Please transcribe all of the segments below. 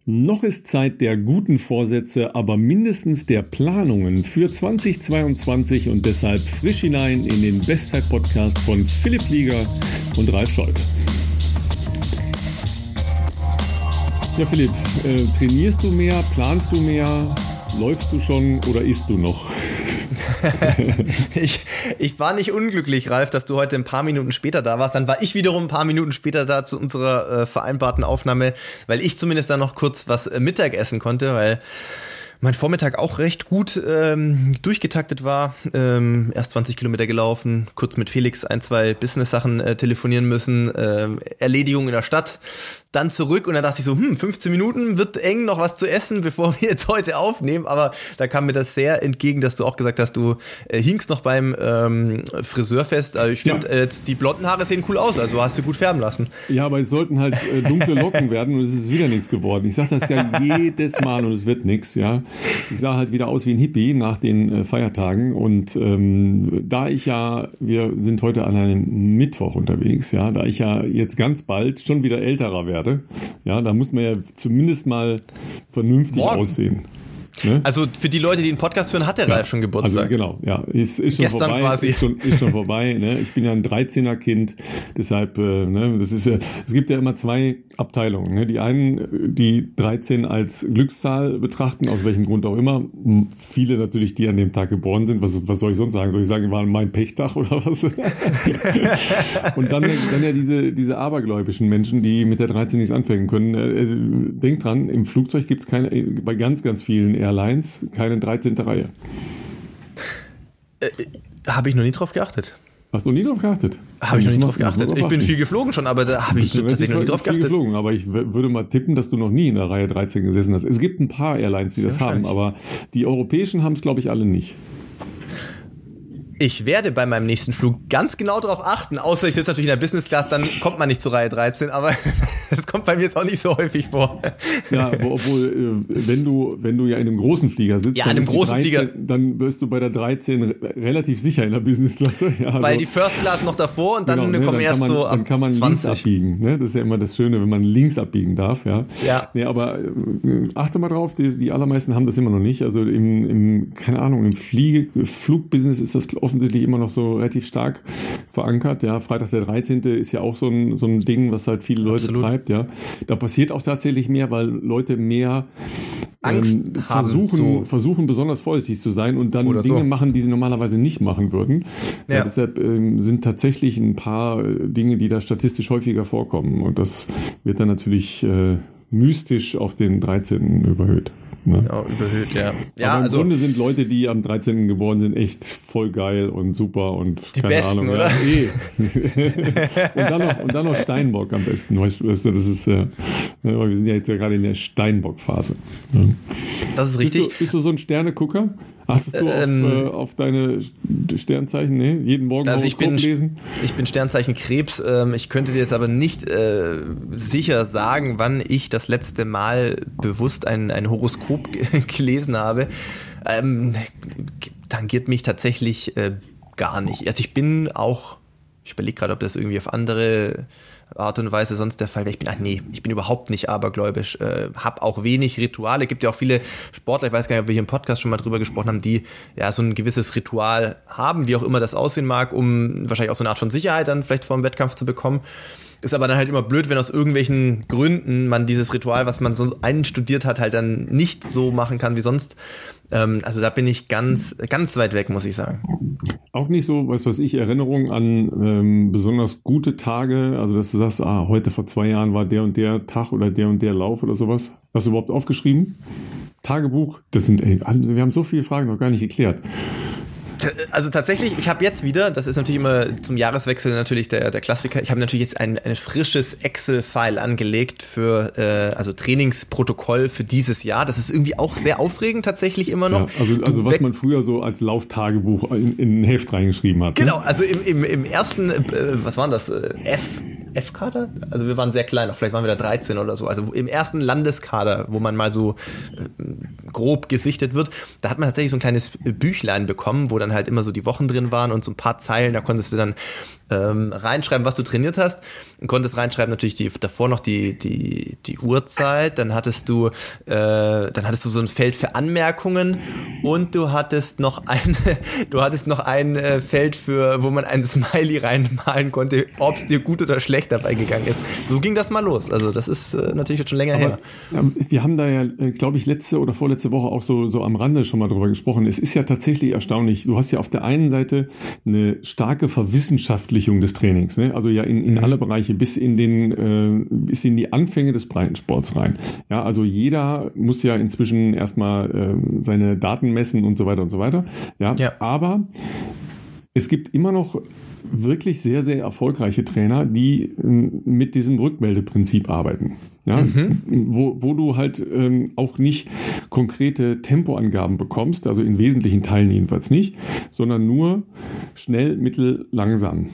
Noch ist Zeit der guten Vorsätze, aber mindestens der Planungen für 2022 und deshalb frisch hinein in den Bestzeit-Podcast von Philipp Flieger und Ralf Scholz. Ja, Philipp, trainierst du mehr, planst du mehr, läufst du schon oder isst du noch? Ich war nicht unglücklich, Ralf, dass du heute ein paar Minuten später da warst. Dann war ich wiederum ein paar Minuten später da zu unserer vereinbarten Aufnahme, weil ich zumindest dann noch kurz was Mittag essen konnte, weil mein Vormittag auch recht gut durchgetaktet war. Erst 20 Kilometer gelaufen, kurz mit Felix 1-2 Business-Sachen telefonieren müssen, Erledigung in der Stadt, dann zurück und dann dachte ich so, 15 Minuten wird eng, noch was zu essen, bevor wir jetzt heute aufnehmen, aber da kam mir das sehr entgegen, dass du auch gesagt hast, du hingst noch beim Friseurfest. Also ich finde, jetzt die blonden Haare sehen cool aus, also hast du gut färben lassen. Ja, aber es sollten halt dunkle Locken werden und es ist wieder nichts geworden. Ich sage das ja jedes Mal und es wird nichts, ja. Ich sah halt wieder aus wie ein Hippie nach den Feiertagen und wir sind heute an einem Mittwoch unterwegs, ja, da ich ja jetzt ganz bald schon wieder älterer werde, ja, da muss man ja zumindest mal vernünftig aussehen. Ne? Also für die Leute, die den Podcast hören, hat der Ralf schon Geburtstag. Also genau, ja, ist schon gestern vorbei, quasi. Ist schon vorbei. Ne? Ich bin ja ein 13er-Kind, deshalb, es gibt ja immer zwei Abteilungen. Ne? Die einen, die 13 als Glückszahl betrachten, aus welchem Grund auch immer. Viele natürlich, die an dem Tag geboren sind. Was soll ich sonst sagen? Soll ich sagen, war mein Pechtag oder was? Und dann ja diese abergläubischen Menschen, die mit der 13 nicht anfangen können. Denkt dran, im Flugzeug gibt es keine, bei ganz, ganz vielen Airlines keine 13. Reihe. Habe ich noch nie drauf geachtet. Hast du nie drauf geachtet? Habe ich noch nie drauf geachtet. Ich bin viel geflogen schon, aber da habe ich tatsächlich noch nie drauf geachtet. Geflogen, aber ich würde mal tippen, dass du noch nie in der Reihe 13 gesessen hast. Es gibt ein paar Airlines, die das haben, aber die europäischen haben es, glaube ich, alle nicht. Ich werde bei meinem nächsten Flug ganz genau darauf achten, außer ich sitze natürlich in der Business Class, dann kommt man nicht zur Reihe 13, aber das kommt bei mir jetzt auch nicht so häufig vor. Ja, obwohl, wenn du ja in einem großen Flieger sitzt, dann wirst du bei der 13 relativ sicher in der Business Class. Ja, also, weil die First Class noch davor und dann kommen erst so ab 20. Dann kann man links abbiegen, ne? Das ist ja immer das Schöne, wenn man links abbiegen darf, ja. Nee, aber achte mal drauf, die allermeisten haben das immer noch nicht. Also im Flugbusiness ist das offensichtlich immer noch so relativ stark verankert. Ja, Freitag der 13. ist ja auch so ein Ding, was halt viele Leute treibt. Ja, da passiert auch tatsächlich mehr, weil Leute mehr Angst versuchen besonders vorsichtig zu sein und dann Dinge machen, die sie normalerweise nicht machen würden. Ja. Deshalb sind tatsächlich ein paar Dinge, die da statistisch häufiger vorkommen. Und das wird dann natürlich mystisch auf den 13. überhöht. Ne? Ja, überhöht, ja. Aber im Grunde sind Leute, die am 13. geboren sind, echt voll geil und super und die keine Besten, Ahnung. Oder? Ja, und dann noch Steinbock am besten. Weißt du, das ist wir sind ja jetzt gerade in der Steinbock-Phase. Ja. Das ist richtig. Bist du so ein Sternegucker? Achtest du auf deine Sternzeichen? Nee, jeden Morgen lesen? Ich bin Sternzeichen Krebs. Ich könnte dir jetzt aber nicht sicher sagen, wann ich das letzte Mal bewusst ein Horoskop gelesen habe. Tangiert mich tatsächlich gar nicht. Also ich überlege gerade, ob das irgendwie auf andere Art und Weise sonst der Fall wäre. Ich bin überhaupt nicht abergläubisch, habe auch wenig Rituale. Gibt ja auch viele Sportler, ich weiß gar nicht, ob wir hier im Podcast schon mal drüber gesprochen haben, die ja so ein gewisses Ritual haben, wie auch immer das aussehen mag, um wahrscheinlich auch so eine Art von Sicherheit dann vielleicht vor dem Wettkampf zu bekommen. Ist aber dann halt immer blöd, wenn aus irgendwelchen Gründen man dieses Ritual, was man so einstudiert hat, halt dann nicht so machen kann wie sonst. Also da bin ich ganz, ganz weit weg, muss ich sagen. Auch nicht so, was ich, Erinnerungen an besonders gute Tage, also dass du sagst, heute vor 2 Jahren war der und der Tag oder der Lauf oder sowas. Hast du überhaupt aufgeschrieben? Tagebuch, wir haben so viele Fragen noch gar nicht geklärt. Also tatsächlich, ich habe jetzt wieder, das ist natürlich immer zum Jahreswechsel natürlich der Klassiker, ich habe natürlich jetzt ein frisches Excel-File angelegt für Trainingsprotokoll für dieses Jahr. Das ist irgendwie auch sehr aufregend tatsächlich immer noch. Ja, also was man früher so als Lauftagebuch in ein Heft reingeschrieben hat. Genau, also im ersten, was waren das, F-Kader? Also wir waren sehr klein, vielleicht waren wir da 13 oder so. Also im ersten Landeskader, wo man mal so grob gesichtet wird, da hat man tatsächlich so ein kleines Büchlein bekommen, wo dann halt immer so die Wochen drin waren und so ein paar Zeilen, da konntest du dann reinschreiben, was du trainiert hast. Du konntest reinschreiben natürlich davor noch die Uhrzeit, dann hattest du so ein Feld für Anmerkungen und du hattest noch ein Feld wo man ein Smiley reinmalen konnte, ob es dir gut oder schlecht dabei gegangen ist. So ging das mal los. Also das ist natürlich jetzt schon länger her. Wir haben da ja, glaube ich, letzte oder vorletzte Woche auch so am Rande schon mal drüber gesprochen. Es ist ja tatsächlich erstaunlich. Du hast ja auf der einen Seite eine starke Verwissenschaftlichung des Trainings, ne? Also ja in alle Bereiche bis in die Anfänge des Breitensports rein. Ja, also jeder muss ja inzwischen erstmal seine Daten messen und so weiter und so weiter. Ja. Aber es gibt immer noch wirklich sehr, sehr erfolgreiche Trainer, die mit diesem Rückmeldeprinzip arbeiten. Ja? Wo du halt auch nicht konkrete Tempoangaben bekommst, also in wesentlichen Teilen jedenfalls nicht, sondern nur schnell, mittel, langsam.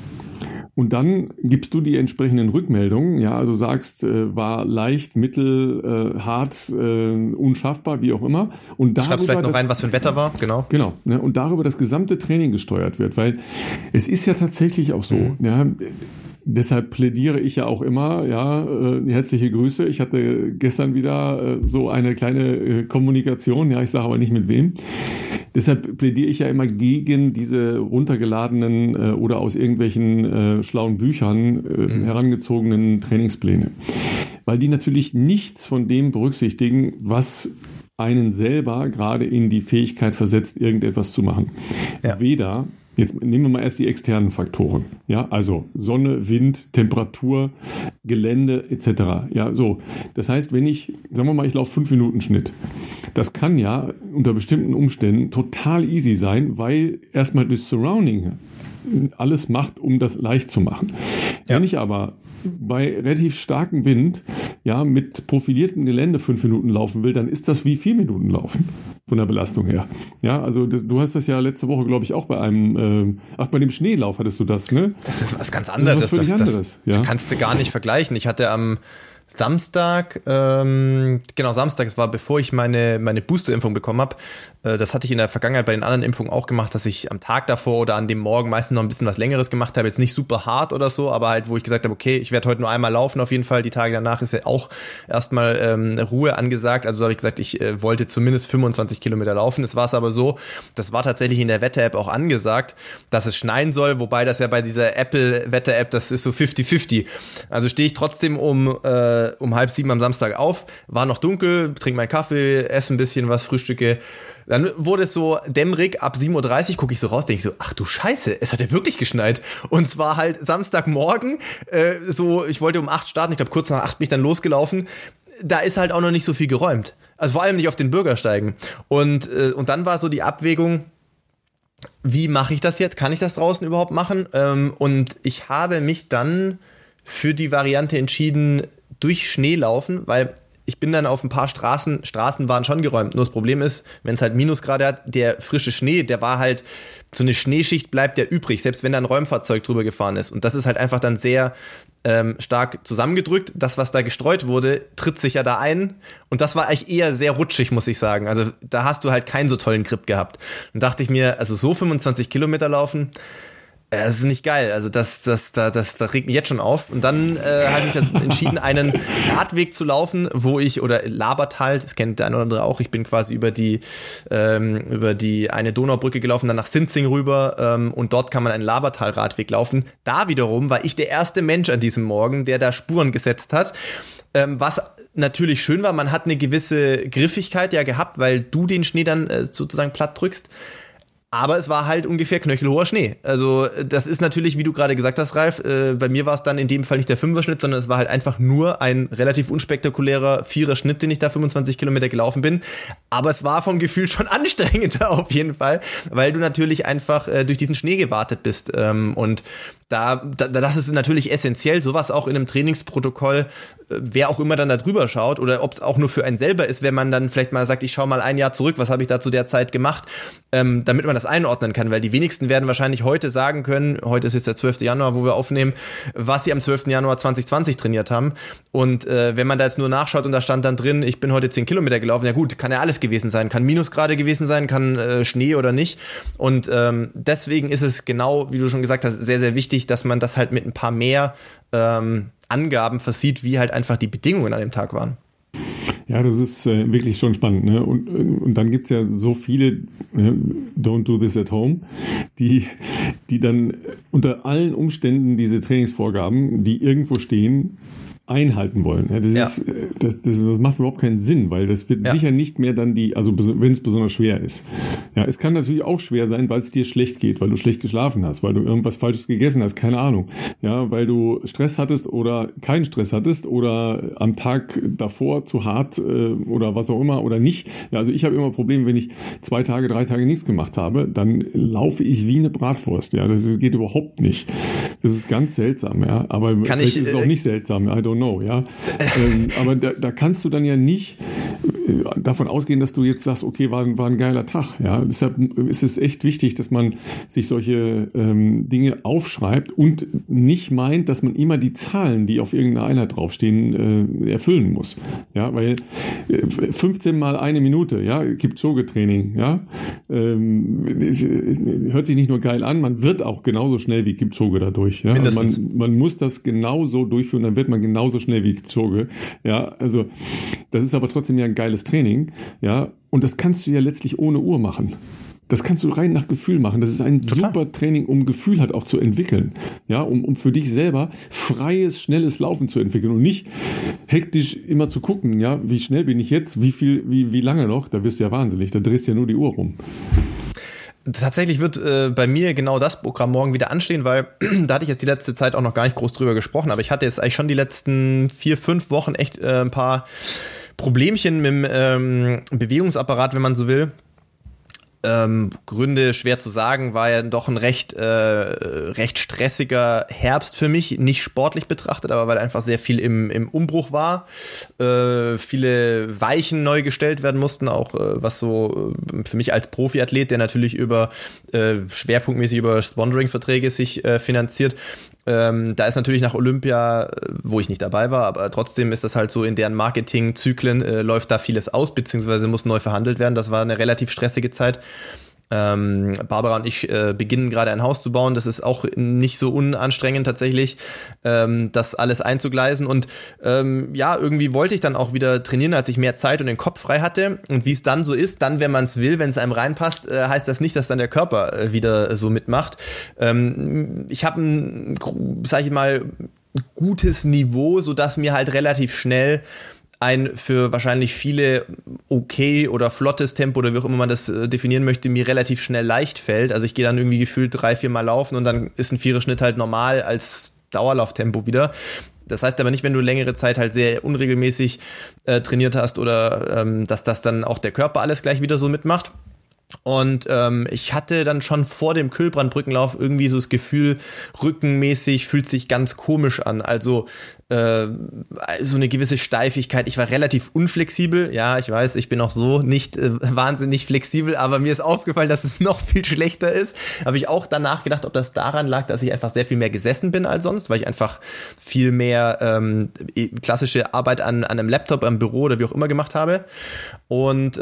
Und dann gibst du die entsprechenden Rückmeldungen, ja, also sagst, war leicht, mittel, hart, unschaffbar, wie auch immer. Und darüber schreibst vielleicht noch rein, was für ein Wetter war, genau. Genau, ne, und darüber das gesamte Training gesteuert wird, weil es ist ja tatsächlich auch so, ja, deshalb plädiere ich ja auch immer, herzliche Grüße. Ich hatte gestern wieder so eine kleine Kommunikation, ich sage aber nicht mit wem. Deshalb plädiere ich ja immer gegen diese runtergeladenen oder aus irgendwelchen schlauen Büchern herangezogenen Trainingspläne. Weil die natürlich nichts von dem berücksichtigen, was einen selber gerade in die Fähigkeit versetzt, irgendetwas zu machen. Ja. Weder, jetzt nehmen wir mal erst die externen Faktoren, ja, also Sonne, Wind, Temperatur, Gelände etc. Ja, so. Das heißt, wenn ich, sagen wir mal, ich laufe 5 Minuten Schnitt, das kann ja unter bestimmten Umständen total easy sein, weil erstmal das Surrounding alles macht, um das leicht zu machen. Ja. Wenn ich aber bei relativ starkem Wind mit profiliertem Gelände 5 Minuten laufen will, dann ist das wie 4 Minuten laufen von der Belastung her. Ja, also du hast das ja letzte Woche, glaube ich, auch bei bei dem Schneelauf hattest du das, ne? Das ist was ganz anderes. Das kannst du gar nicht vergleichen. Ich hatte am Samstag, es war bevor ich meine Booster-Impfung bekommen habe. Das hatte ich in der Vergangenheit bei den anderen Impfungen auch gemacht, dass ich am Tag davor oder an dem Morgen meistens noch ein bisschen was Längeres gemacht habe. Jetzt nicht super hart oder so, aber halt, wo ich gesagt habe, okay, ich werde heute nur einmal laufen auf jeden Fall. Die Tage danach ist ja auch erstmal Ruhe angesagt. Also habe ich gesagt, ich wollte zumindest 25 Kilometer laufen. Es war es aber so, das war tatsächlich in der Wetter-App auch angesagt, dass es schneien soll, wobei das ja bei dieser Apple-Wetter-App, das ist so 50-50. Also stehe ich trotzdem um 6:30 am Samstag auf, war noch dunkel, trinke meinen Kaffee, esse ein bisschen was, frühstücke. Dann wurde es so dämmerig, ab 7:30 Uhr gucke ich so raus, denke ich so, ach du Scheiße, es hat ja wirklich geschneit. Und zwar halt Samstagmorgen, ich wollte um 8 starten, ich glaube kurz nach 8 bin ich dann losgelaufen. Da ist halt auch noch nicht so viel geräumt. Also vor allem nicht auf den Bürgersteigen. Und dann war so die Abwägung, wie mache ich das jetzt? Kann ich das draußen überhaupt machen? Und ich habe mich dann für die Variante entschieden, durch Schnee laufen, weil ich bin dann auf ein paar Straßen waren schon geräumt. Nur das Problem ist, wenn es halt Minusgrade hat, der frische Schnee, der war halt, so eine Schneeschicht bleibt ja übrig, selbst wenn da ein Räumfahrzeug drüber gefahren ist. Und das ist halt einfach dann sehr stark zusammengedrückt. Das, was da gestreut wurde, tritt sich ja da ein. Und das war eigentlich eher sehr rutschig, muss ich sagen. Also da hast du halt keinen so tollen Grip gehabt. Und dachte ich mir, also so 25 Kilometer laufen, das ist nicht geil, also das regt mich jetzt schon auf. Und dann habe ich mich entschieden, einen Radweg zu laufen, oder Labertal, das kennt der eine oder andere auch, ich bin quasi über die eine Donaubrücke gelaufen, dann nach Sinzing rüber und dort kann man einen Labertal-Radweg laufen. Da wiederum war ich der erste Mensch an diesem Morgen, der da Spuren gesetzt hat. Was natürlich schön war, man hat eine gewisse Griffigkeit ja gehabt, weil du den Schnee dann sozusagen platt drückst. Aber es war halt ungefähr knöchelhoher Schnee. Also das ist natürlich, wie du gerade gesagt hast, Ralf, bei mir war es dann in dem Fall nicht der 5er-Schnitt, sondern es war halt einfach nur ein relativ unspektakulärer 4er-Schnitt, den ich da 25 Kilometer gelaufen bin. Aber es war vom Gefühl schon anstrengender auf jeden Fall, weil du natürlich einfach durch diesen Schnee gewartet bist. Und das ist natürlich essentiell, sowas auch in einem Trainingsprotokoll, wer auch immer dann da drüber schaut oder ob es auch nur für einen selber ist, wenn man dann vielleicht mal sagt, ich schaue mal ein Jahr zurück, was habe ich da zu der Zeit gemacht, damit man das einordnen kann, weil die wenigsten werden wahrscheinlich heute sagen können, heute ist jetzt der 12. Januar, wo wir aufnehmen, was sie am 12. Januar 2020 trainiert haben. Und wenn man da jetzt nur nachschaut und da stand dann drin, ich bin heute 10 Kilometer gelaufen, ja gut, kann ja alles gewesen sein, kann Minusgrade gewesen sein, kann Schnee oder nicht. Und deswegen ist es genau, wie du schon gesagt hast, sehr, sehr wichtig, wichtig, dass man das halt mit ein paar mehr Angaben versieht, wie halt einfach die Bedingungen an dem Tag waren. Ja, das ist wirklich schon spannend. Ne? Und dann gibt es ja so viele Don't do this at home, die dann unter allen Umständen diese Trainingsvorgaben, die irgendwo stehen, einhalten wollen. Ja, das macht überhaupt keinen Sinn, weil das wird sicher nicht mehr dann also wenn es besonders schwer ist. Ja, es kann natürlich auch schwer sein, weil es dir schlecht geht, weil du schlecht geschlafen hast, weil du irgendwas Falsches gegessen hast, keine Ahnung. Ja, weil du Stress hattest oder keinen Stress hattest oder am Tag davor zu hart oder was auch immer oder nicht. Ja, also ich habe immer Probleme, wenn ich 2 Tage, 3 Tage nichts gemacht habe, dann laufe ich wie eine Bratwurst. Ja, das geht überhaupt nicht. Das ist ganz seltsam, ja. Aber vielleicht ist es auch nicht seltsam, I don't know, ja. Aber da kannst du dann ja nicht davon ausgehen, dass du jetzt sagst, okay, war ein geiler Tag, ja. Deshalb ist es echt wichtig, dass man sich solche Dinge aufschreibt und nicht meint, dass man immer die Zahlen, die auf irgendeiner Einheit draufstehen, erfüllen muss. Ja, weil 15 mal 1 Minute, ja, Kipchoge-Training, ja, hört sich nicht nur geil an, man wird auch genauso schnell wie Kipchoge dadurch. Ja? Man muss das genauso durchführen, dann wird man genauso schnell wie Kipchoge. Ja, also das ist aber trotzdem ja ein geiles Training. Ja, und das kannst du ja letztlich ohne Uhr machen. Das kannst du rein nach Gefühl machen. Das ist ein super Training, um Gefühl halt auch zu entwickeln. Ja, um für dich selber freies, schnelles Laufen zu entwickeln und nicht hektisch immer zu gucken, ja, wie schnell bin ich jetzt, wie lange noch, da wirst du ja wahnsinnig, da drehst du ja nur die Uhr rum. Tatsächlich wird bei mir genau das Programm morgen wieder anstehen, weil da hatte ich jetzt die letzte Zeit auch noch gar nicht groß drüber gesprochen, aber ich hatte jetzt eigentlich schon die letzten 4-5 Wochen echt ein paar Problemchen mit dem Bewegungsapparat, wenn man so will. Gründe schwer zu sagen, war ja doch ein recht stressiger Herbst für mich, nicht sportlich betrachtet, aber weil einfach sehr viel im Umbruch war, viele Weichen neu gestellt werden mussten, auch was so für mich als Profiathlet, der natürlich schwerpunktmäßig über Sponsoring-Verträge sich finanziert. Da ist natürlich nach Olympia, wo ich nicht dabei war, aber trotzdem ist das halt so, in deren Marketingzyklen läuft da vieles aus, beziehungsweise muss neu verhandelt werden. Das war eine relativ stressige Zeit. Barbara und ich beginnen gerade ein Haus zu bauen. Das ist auch nicht so unanstrengend tatsächlich, das alles einzugleisen. Und irgendwie wollte ich dann auch wieder trainieren, als ich mehr Zeit und den Kopf frei hatte. Und wie es dann so ist, dann, wenn man es will, wenn es einem reinpasst, heißt das nicht, dass dann der Körper wieder so mitmacht. Ich habe ein, sag ich mal, gutes Niveau, sodass mir halt relativ schnell ein für wahrscheinlich viele okay oder flottes Tempo oder wie auch immer man das definieren möchte, mir relativ schnell leicht fällt. Also ich gehe dann irgendwie gefühlt 3-4 Mal laufen und dann ist ein 4er-Schnitt halt normal als Dauerlauftempo wieder. Das heißt aber nicht, wenn du längere Zeit halt sehr unregelmäßig trainiert hast oder dass das dann auch der Körper alles gleich wieder so mitmacht. Und ich hatte dann schon vor dem Kühlbrandbrückenlauf irgendwie so das Gefühl, rückenmäßig fühlt sich ganz komisch an. Also so eine gewisse Steifigkeit. Ich war relativ unflexibel. Ja, ich weiß, ich bin auch so nicht wahnsinnig flexibel, aber mir ist aufgefallen, dass es noch viel schlechter ist. Habe ich auch danach gedacht, ob das daran lag, dass ich einfach sehr viel mehr gesessen bin als sonst, weil ich einfach viel mehr klassische Arbeit an einem Laptop, am Büro oder wie auch immer gemacht habe. Und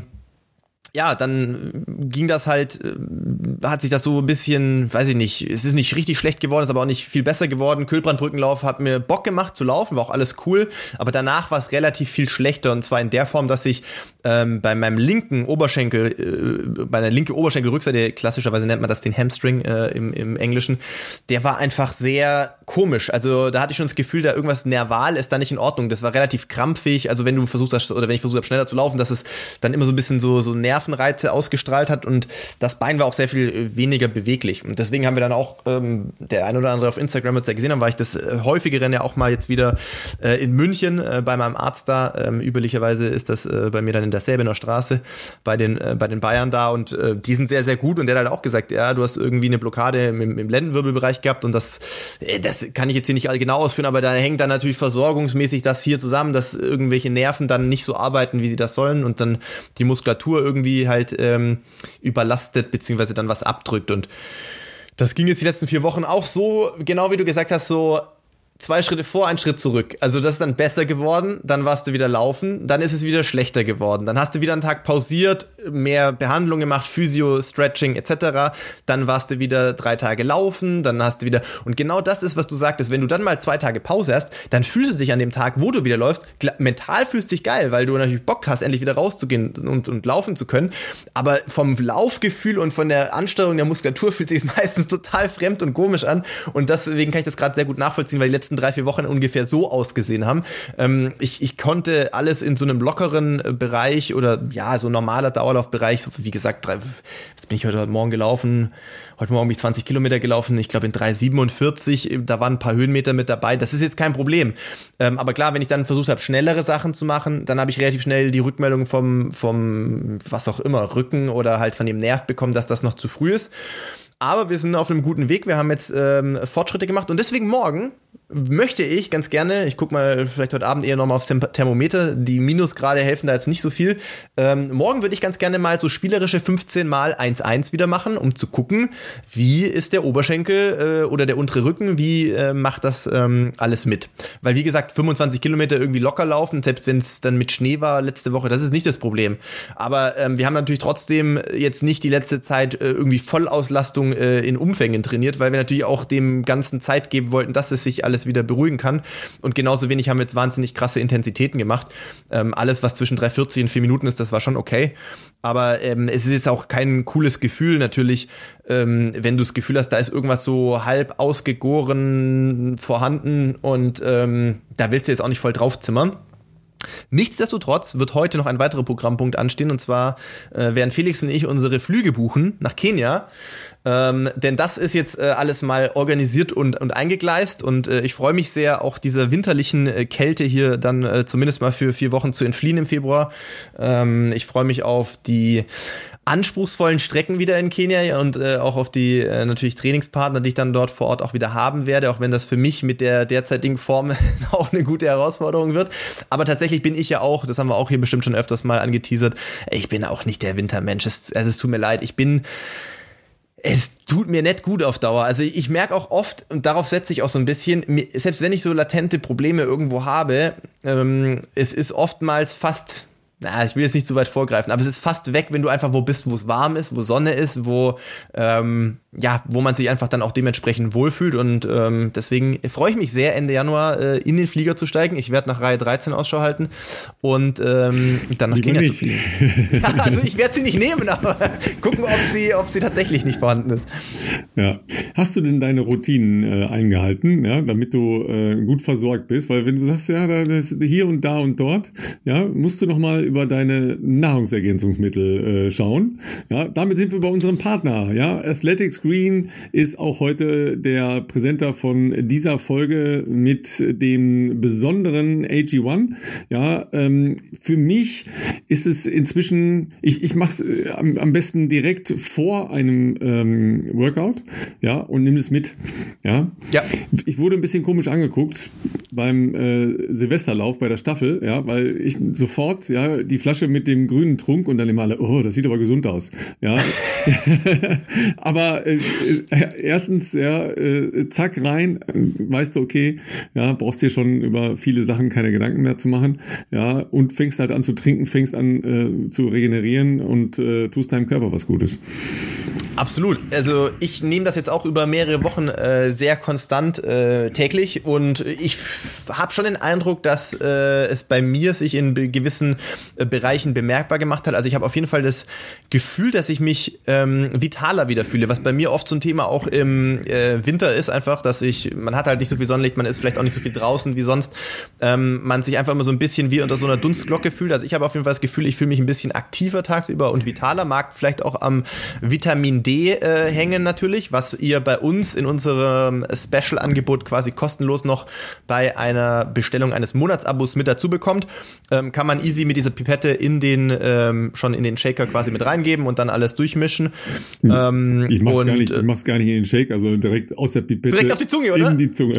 ja, dann ging das halt, hat sich das so ein bisschen, weiß ich nicht, es ist nicht richtig schlecht geworden, ist aber auch nicht viel besser geworden. Kühlbrandbrückenlauf hat mir Bock gemacht zu laufen, war auch alles cool, aber danach war es relativ viel schlechter und zwar in der Form, dass ich bei meinem linken Oberschenkel, bei der linken Oberschenkelrückseite, klassischerweise nennt man das den Hamstring im Englischen, der war einfach sehr komisch. Also da hatte ich schon das Gefühl, da irgendwas nerval ist da nicht in Ordnung. Das war relativ krampfig, also wenn du versucht hast, oder wenn ich versucht habe, schneller zu laufen, dass es dann immer so ein bisschen so Nervenreize ausgestrahlt hat und das Bein war auch sehr viel weniger beweglich. Und deswegen haben wir dann auch, der ein oder andere auf Instagram wird es ja gesehen haben, weil ich das häufigeren ja auch mal jetzt wieder in München bei meinem Arzt da. Üblicherweise ist das bei mir dann in der Säbener Straße bei den Bayern da und die sind sehr, sehr gut und der hat halt auch gesagt, ja, du hast irgendwie eine Blockade im Lendenwirbelbereich gehabt und das kann ich jetzt hier nicht genau ausführen, aber da hängt dann natürlich versorgungsmäßig das hier zusammen, dass irgendwelche Nerven dann nicht so arbeiten, wie sie das sollen und dann die Muskulatur irgendwie halt überlastet, beziehungsweise dann was abdrückt und das ging jetzt die letzten 4 Wochen auch so, genau wie du gesagt hast, so 2 Schritte vor, 1 Schritt zurück. Also das ist dann besser geworden, dann warst du wieder laufen, dann ist es wieder schlechter geworden. Dann hast du wieder einen Tag pausiert, mehr Behandlung gemacht, Physio, Stretching etc. Dann warst du wieder 3 Tage laufen, dann hast du wieder... Und genau das ist, was du sagtest, wenn du dann mal 2 Tage Pause hast, dann fühlst du dich an dem Tag, wo du wieder läufst, mental fühlst du dich geil, weil du natürlich Bock hast, endlich wieder rauszugehen und laufen zu können. Aber vom Laufgefühl und von der Ansteuerung der Muskulatur fühlt sich meistens total fremd und komisch an. Und deswegen kann ich das gerade sehr gut nachvollziehen, weil die letzten 3-4 Wochen ungefähr so ausgesehen haben. Ich konnte alles in so einem lockeren Bereich oder ja, so normaler Dauerlaufbereich, so wie gesagt, jetzt bin ich heute Morgen gelaufen, heute Morgen bin ich 20 Kilometer gelaufen, ich glaube in 3,47, da waren ein paar Höhenmeter mit dabei, das ist jetzt kein Problem. Aber klar, wenn ich dann versucht habe, schnellere Sachen zu machen, dann habe ich relativ schnell die Rückmeldung vom was auch immer, Rücken oder halt von dem Nerv bekommen, dass das noch zu früh ist. Aber wir sind auf einem guten Weg, wir haben jetzt Fortschritte gemacht und deswegen morgen möchte ich ganz gerne, ich gucke mal vielleicht heute Abend eher nochmal aufs Thermometer, die Minusgrade helfen da jetzt nicht so viel. Morgen würde ich ganz gerne mal so spielerische 15 mal 1-1 wieder machen, um zu gucken, wie ist der Oberschenkel oder der untere Rücken, wie macht das alles mit. Weil wie gesagt, 25 Kilometer irgendwie locker laufen, selbst wenn es dann mit Schnee war letzte Woche, das ist nicht das Problem. Aber wir haben natürlich trotzdem jetzt nicht die letzte Zeit irgendwie Vollauslastung in Umfängen trainiert, weil wir natürlich auch dem Ganzen Zeit geben wollten, dass es sich alles wieder beruhigen kann. Und genauso wenig haben wir jetzt wahnsinnig krasse Intensitäten gemacht. Alles, was zwischen 3,40 und 4 Minuten ist, das war schon okay. Aber es ist jetzt auch kein cooles Gefühl natürlich, wenn du das Gefühl hast, da ist irgendwas so halb ausgegoren vorhanden und da willst du jetzt auch nicht voll draufzimmern. Nichtsdestotrotz wird heute noch ein weiterer Programmpunkt anstehen und zwar werden Felix und ich unsere Flüge buchen nach Kenia, denn das ist jetzt alles mal organisiert und eingegleist und ich freue mich sehr, auch dieser winterlichen Kälte hier dann zumindest mal für 4 Wochen zu entfliehen im Februar. Ich freue mich auf die anspruchsvollen Strecken wieder in Kenia und auch auf die natürlich Trainingspartner, die ich dann dort vor Ort auch wieder haben werde, auch wenn das für mich mit der derzeitigen Form auch eine gute Herausforderung wird. Aber tatsächlich bin ich ja auch, das haben wir auch hier bestimmt schon öfters mal angeteasert, ich bin auch nicht der Wintermensch. Es tut mir leid, es tut mir nicht gut auf Dauer. Also ich merke auch oft, und darauf setze ich auch so ein bisschen, selbst wenn ich so latente Probleme irgendwo habe, es ist oftmals fast... ich will jetzt nicht zu weit vorgreifen, aber es ist fast weg, wenn du einfach wo bist, wo es warm ist, wo Sonne ist, wo man sich einfach dann auch dementsprechend wohlfühlt und deswegen freue ich mich sehr, Ende Januar in den Flieger zu steigen. Ich werde nach Reihe 13 Ausschau halten und dann nach Kenia zu fliegen. Ja, also ich werde sie nicht nehmen, aber gucken, ob sie tatsächlich nicht vorhanden ist. Ja. Hast du denn deine Routinen eingehalten, ja, damit du gut versorgt bist? Weil wenn du sagst, ja, das ist hier und da und dort, ja, musst du noch mal über deine Nahrungsergänzungsmittel schauen. Ja, damit sind wir bei unserem Partner. Ja, Athletics Green ist auch heute der Präsenter von dieser Folge mit dem besonderen AG1. Ja, für mich ist es inzwischen, ich mache es am besten direkt vor einem Workout, ja, und nehme es mit. Ja. Ich wurde ein bisschen komisch angeguckt beim Silvesterlauf bei der Staffel, ja, weil ich sofort, ja, die Flasche mit dem grünen Trunk und dann immer alle, oh, das sieht aber gesund aus. Ja. Aber erstens, ja, zack rein, weißt du, okay, ja, brauchst dir schon über viele Sachen keine Gedanken mehr zu machen, ja, und fängst halt an zu trinken, fängst an zu regenerieren und tust deinem Körper was Gutes. Absolut. Also ich nehme das jetzt auch über mehrere Wochen sehr konstant täglich und ich habe schon den Eindruck, dass es bei mir sich in gewissen Bereichen bemerkbar gemacht hat. Also ich habe auf jeden Fall das Gefühl, dass ich mich vitaler wieder fühle, was bei mir oft so ein Thema auch im Winter ist, einfach, dass man hat halt nicht so viel Sonnenlicht, man ist vielleicht auch nicht so viel draußen wie sonst, man sich einfach immer so ein bisschen wie unter so einer Dunstglocke fühlt. Also ich habe auf jeden Fall das Gefühl, ich fühle mich ein bisschen aktiver tagsüber und vitaler, mag vielleicht auch am Vitamin D hängen natürlich, was ihr bei uns in unserem Special-Angebot quasi kostenlos noch bei einer Bestellung eines Monatsabos mit dazu bekommt. Kann man easy mit dieser Pipette schon in den Shaker quasi mit reingeben und dann alles durchmischen. Ich mach's gar nicht in den Shake, also direkt aus der Pipette. Direkt auf die Zunge, oder? In die Zunge.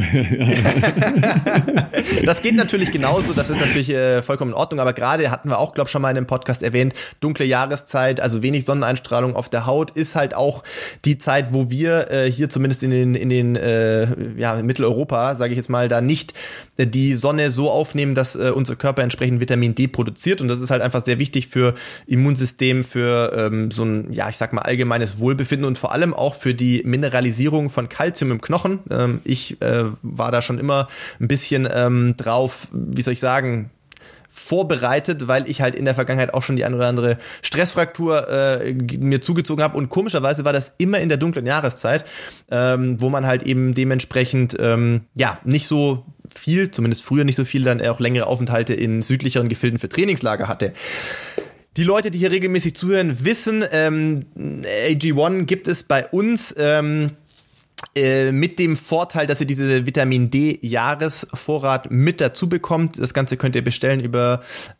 Das geht natürlich genauso, das ist natürlich vollkommen in Ordnung, aber gerade hatten wir auch, glaube ich, schon mal in einem Podcast erwähnt, dunkle Jahreszeit, also wenig Sonneneinstrahlung auf der Haut, ist halt auch die Zeit, wo wir hier zumindest in Mitteleuropa, sage ich jetzt mal, da nicht die Sonne so aufnehmen, dass unser Körper entsprechend Vitamin D produziert. Und das ist halt einfach sehr wichtig für Immunsystem, für so ein, ich sag mal, allgemeines Wohlbefinden und vor allem auch für die Mineralisierung von Kalzium im Knochen. Ich war da schon immer ein bisschen drauf, wie soll ich sagen, vorbereitet, weil ich halt in der Vergangenheit auch schon die ein oder andere Stressfraktur mir zugezogen habe und komischerweise war das immer in der dunklen Jahreszeit, wo man halt eben dementsprechend nicht so viel, zumindest früher nicht so viel, dann auch längere Aufenthalte in südlicheren Gefilden für Trainingslager hatte. Die Leute, die hier regelmäßig zuhören, wissen, AG1 gibt es bei uns mit dem Vorteil, dass ihr diese Vitamin D Jahresvorrat mit dazu bekommt. Das Ganze könnt ihr bestellen über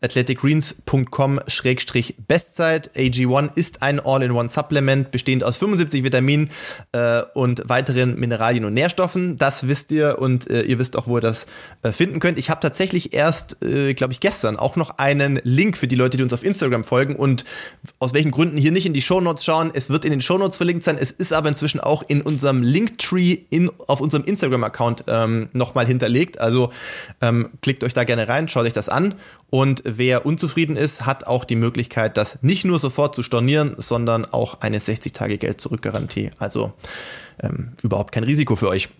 athleticgreens.com/Bestzeit. AG1 ist ein All-in-One-Supplement, bestehend aus 75 Vitaminen und weiteren Mineralien und Nährstoffen. Das wisst ihr und ihr wisst auch, wo ihr das finden könnt. Ich habe tatsächlich erst, glaube ich, gestern auch noch einen Link für die Leute, die uns auf Instagram folgen und aus welchen Gründen hier nicht in die Shownotes schauen. Es wird in den Shownotes verlinkt sein. Es ist aber inzwischen auch in unserem Linktree auf unserem Instagram-Account nochmal hinterlegt. Also klickt euch da gerne rein, schaut euch das an. Und wer unzufrieden ist, hat auch die Möglichkeit, das nicht nur sofort zu stornieren, sondern auch eine 60-Tage-Geld-Zurück-Garantie. Also überhaupt kein Risiko für euch.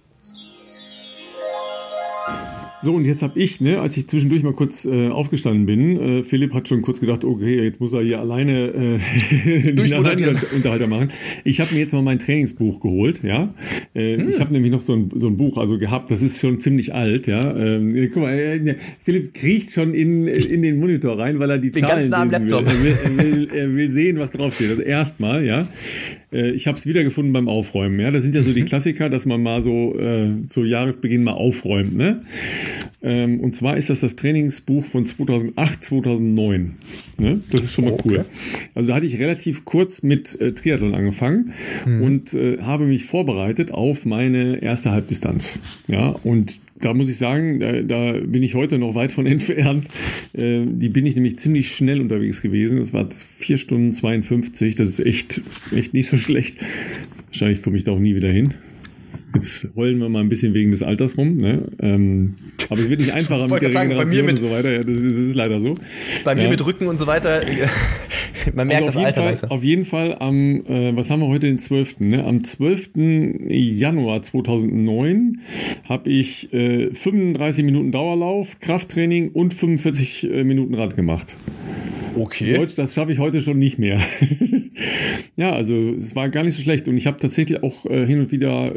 So, und jetzt habe ich, als ich zwischendurch mal kurz aufgestanden bin, Philipp hat schon kurz gedacht, okay, jetzt muss er hier alleine den Unterhalter machen. Ich habe mir jetzt mal mein Trainingsbuch geholt, ja. Ich habe nämlich noch so ein Buch gehabt, das ist schon ziemlich alt, ja. Guck mal, Philipp kriecht schon in den Monitor rein, weil er die Zahlen lesen Laptop. will. Er will sehen, was draufsteht. Also erstmal, ja. Ich habe es wiedergefunden beim Aufräumen, ja. Das sind ja so die Klassiker, dass man mal so zu Jahresbeginn mal aufräumt, ne? Und zwar ist das Trainingsbuch von 2008, 2009. Ne? Das ist schon mal cool. Also da hatte ich relativ kurz mit Triathlon angefangen und habe mich vorbereitet auf meine erste Halbdistanz. Ja, und da muss ich sagen, da bin ich heute noch weit von entfernt. Die bin ich nämlich ziemlich schnell unterwegs gewesen. Das war 4 Stunden 52. Das ist echt nicht so schlecht. Wahrscheinlich komme ich da auch nie wieder hin. Jetzt heulen wir mal ein bisschen wegen des Alters rum, ne? Aber es wird nicht einfacher mit der Regeneration und so weiter. Ja, das ist leider so. Bei mir mit Rücken und so weiter, man merkt das Alter langsam. Auf jeden Fall was haben wir heute, den 12., ne? Am 12. Januar 2009 habe ich 35 Minuten Dauerlauf, Krafttraining und 45 Minuten Rad gemacht. Okay. Das schaffe ich heute schon nicht mehr. Ja, also es war gar nicht so schlecht. Und ich habe tatsächlich auch hin und wieder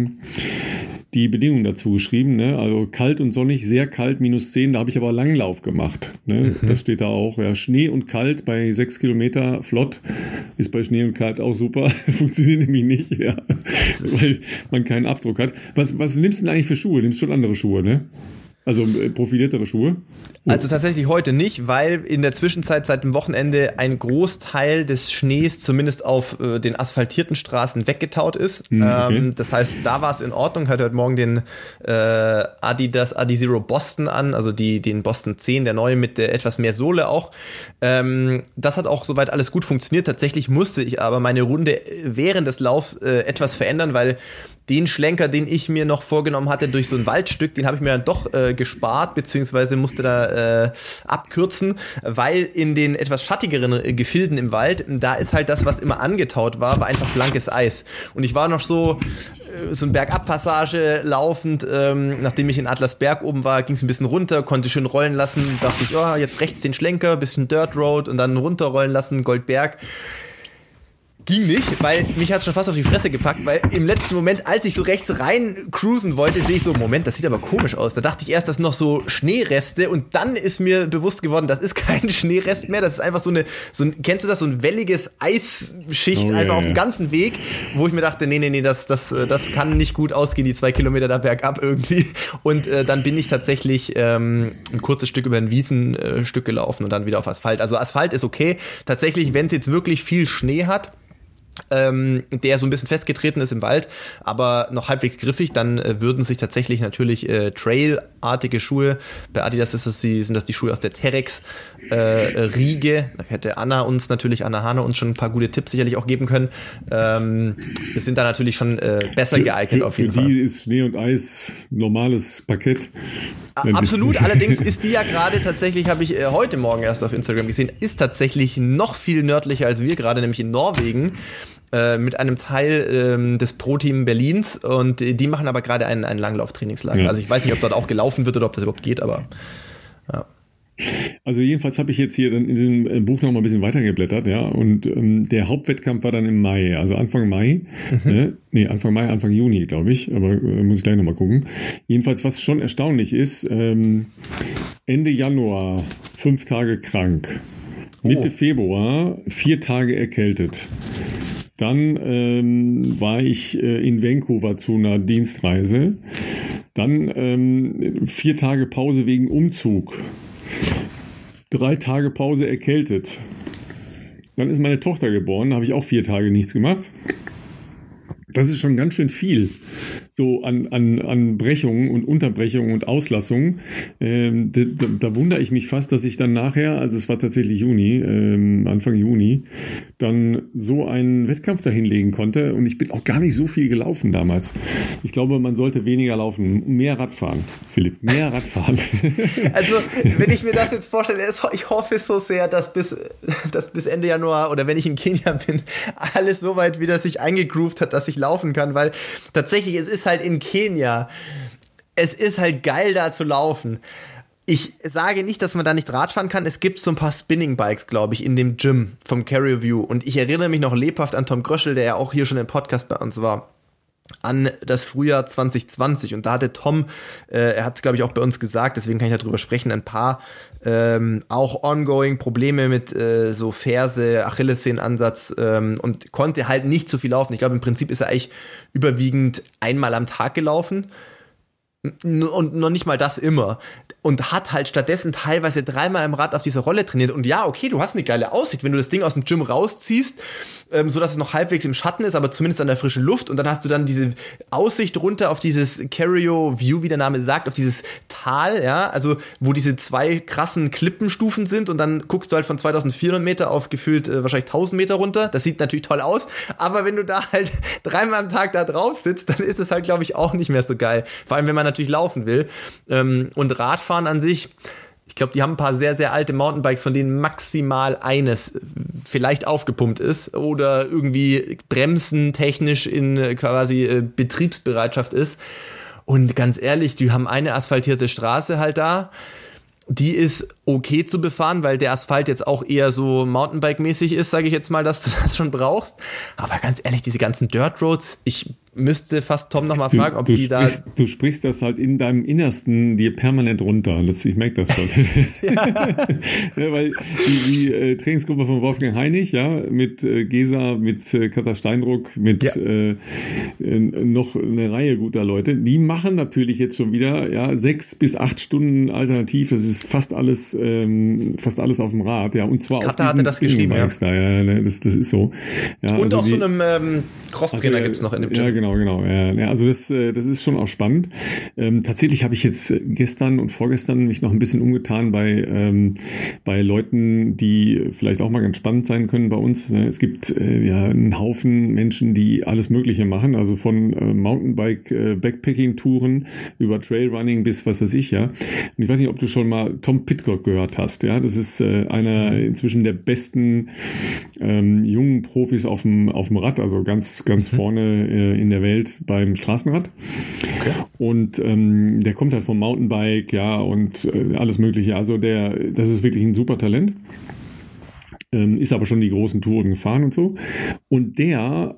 die Bedingungen dazu geschrieben. Ne? Also kalt und sonnig, sehr kalt, -10. Da habe ich aber Langlauf gemacht. Ne? Das steht da auch. Ja, Schnee und kalt bei 6 Kilometer flott. Ist bei Schnee und kalt auch super. Funktioniert nämlich nicht, ja. Weil man keinen Abdruck hat. Was nimmst du denn eigentlich für Schuhe? Nimmst schon andere Schuhe, ne? Also profiliertere Schuhe? Also tatsächlich heute nicht, weil in der Zwischenzeit seit dem Wochenende ein Großteil des Schnees zumindest auf den asphaltierten Straßen weggetaut ist. Okay. Das heißt, da war es in Ordnung. Ich hatte heute Morgen den Adidas Adizero Boston an, also den Boston 10, der neue mit etwas mehr Sohle auch. Das hat auch soweit alles gut funktioniert. Tatsächlich musste ich aber meine Runde während des Laufs etwas verändern, weil den Schlenker, den ich mir noch vorgenommen hatte durch so ein Waldstück, den habe ich mir dann doch gespart, beziehungsweise musste da abkürzen, weil in den etwas schattigeren Gefilden im Wald, da ist halt das, was immer angetaut war einfach blankes Eis. Und ich war noch so eine Bergabpassage laufend, nachdem ich in Adlersberg oben war, ging es ein bisschen runter, konnte schön rollen lassen, dachte ich, jetzt rechts den Schlenker, bisschen Dirt Road und dann runterrollen lassen, Goldberg. Ging nicht, weil mich hat schon fast auf die Fresse gepackt, weil im letzten Moment, als ich so rechts rein cruisen wollte, sehe ich so, Moment, das sieht aber komisch aus. Da dachte ich erst, das sind noch so Schneereste und dann ist mir bewusst geworden, das ist kein Schneerest mehr, das ist einfach kennst du das, so ein welliges Eisschicht einfach auf dem ganzen Weg, wo ich mir dachte, nee, das kann nicht gut ausgehen, die 2 Kilometer da bergab irgendwie. Und dann bin ich tatsächlich ein kurzes Stück über ein Wiesenstück gelaufen und dann wieder auf Asphalt. Also Asphalt ist okay. Tatsächlich, wenn es jetzt wirklich viel Schnee hat, der so ein bisschen festgetreten ist im Wald, aber noch halbwegs griffig, dann würden sich tatsächlich natürlich Trail-artige Schuhe, bei Adidas sind das die Schuhe aus der Terex Riege, da hätte Anna Hane uns schon ein paar gute Tipps sicherlich auch geben können, wir sind da natürlich schon besser geeignet auf jeden Fall. Für die ist Schnee und Eis normales Parkett. Absolut, allerdings ist die ja gerade tatsächlich, habe ich heute Morgen erst auf Instagram gesehen, ist tatsächlich noch viel nördlicher als wir gerade, nämlich in Norwegen, mit einem Teil des Pro-Team Berlins, und die machen aber gerade ein Langlauftrainingslager. Ja. Also ich weiß nicht, ob dort auch gelaufen wird oder ob das überhaupt geht, aber ja. Also jedenfalls habe ich jetzt hier dann in diesem Buch noch mal ein bisschen weitergeblättert, ja, und der Hauptwettkampf war dann im Mai, also Anfang Mai, Anfang Juni, glaube ich, aber muss ich gleich noch mal gucken. Jedenfalls, was schon erstaunlich ist, Ende Januar 5 Tage krank, Mitte Februar 4 Tage erkältet. Dann war ich in Vancouver zu einer Dienstreise. Dann 4 Tage Pause wegen Umzug. 3 Tage Pause erkältet. Dann ist meine Tochter geboren, habe ich auch 4 Tage nichts gemacht. Das ist schon ganz schön viel, so an Brechungen und Unterbrechungen und Auslassungen. Da wundere ich mich fast, dass ich dann nachher, also es war tatsächlich Anfang Juni, dann so einen Wettkampf dahin legen konnte. Und ich bin auch gar nicht so viel gelaufen damals. Ich glaube, man sollte weniger laufen, mehr Radfahren, Philipp, mehr Radfahren. Also, wenn ich mir das jetzt vorstelle, ich hoffe so sehr, dass bis Ende Januar oder wenn ich in Kenia bin, alles so weit wieder sich eingegroovt hat, dass ich laufen kann, weil tatsächlich, es ist halt in Kenia, es ist halt geil da zu laufen. Ich sage nicht, dass man da nicht Radfahren kann. Es gibt so ein paar Spinning-Bikes, glaube ich, in dem Gym vom Carrier View. Und ich erinnere mich noch lebhaft an Tom Gröschel, der ja auch hier schon im Podcast bei uns war, an das Frühjahr 2020. Und da hatte Tom, er hat es, glaube ich, auch bei uns gesagt, deswegen kann ich darüber sprechen, ein paar auch ongoing Probleme mit so Ferse, Achillessehnenansatz und konnte halt nicht so viel laufen. Ich glaube, im Prinzip ist er eigentlich überwiegend einmal am Tag gelaufen. Und noch nicht mal das immer. Und hat halt stattdessen teilweise 3-mal am Rad auf dieser Rolle trainiert. Und ja, okay, du hast eine geile Aussicht, wenn du das Ding aus dem Gym rausziehst, so dass es noch halbwegs im Schatten ist, aber zumindest an der frischen Luft. Und dann hast du dann diese Aussicht runter auf dieses Carrier View, wie der Name sagt, auf dieses Tal, ja, also wo diese 2 krassen Klippenstufen sind. Und dann guckst du halt von 2400 Meter auf gefühlt wahrscheinlich 1000 Meter runter. Das sieht natürlich toll aus. Aber wenn du da halt 3-mal am Tag da drauf sitzt, dann ist es halt, glaube ich, auch nicht mehr so geil. Vor allem, wenn man natürlich laufen will. Und Radfahren an sich, ich glaube, die haben ein paar sehr, sehr alte Mountainbikes, von denen maximal eines vielleicht aufgepumpt ist oder irgendwie bremsentechnisch in quasi Betriebsbereitschaft ist. Und ganz ehrlich, die haben eine asphaltierte Straße halt da. Die ist okay zu befahren, weil der Asphalt jetzt auch eher so Mountainbike-mäßig ist, sage ich jetzt mal, dass du das schon brauchst. Aber ganz ehrlich, diese ganzen Dirt Roads, ich müsste fast Tom nochmal fragen, ob die da... Du sprichst das halt in deinem Innersten dir permanent runter. Ich merke das schon. Ja, weil die Trainingsgruppe von Wolfgang Heinig, ja, mit Gesa, mit Katha Steindruck, mit noch eine Reihe guter Leute, die machen natürlich jetzt schon wieder 6 bis 8 Stunden alternativ. Das ist fast alles auf dem Rad, ja, und zwar Katha hatte das geschrieben, ja. Das ist so. Ja, und also auf so einem Cross-Trainer gibt es noch in dem Gym. Ja, genau. Ja, also das ist schon auch spannend. Tatsächlich habe ich jetzt gestern und vorgestern mich noch ein bisschen umgetan bei Leuten, die vielleicht auch mal ganz spannend sein können bei uns. Es gibt einen Haufen Menschen, die alles Mögliche machen, also von Mountainbike, Backpacking-Touren über Trailrunning bis was weiß ich, ja. Und ich weiß nicht, ob du schon mal Tom Pidcock gehört hast, ja. Das ist einer inzwischen der besten jungen Profis auf dem Rad, also ganz vorne in der Welt beim Straßenrad. Okay. Und der kommt halt vom Mountainbike, ja, und alles Mögliche. Also das ist wirklich ein super Talent. Ist aber schon die großen Touren gefahren und so. Und der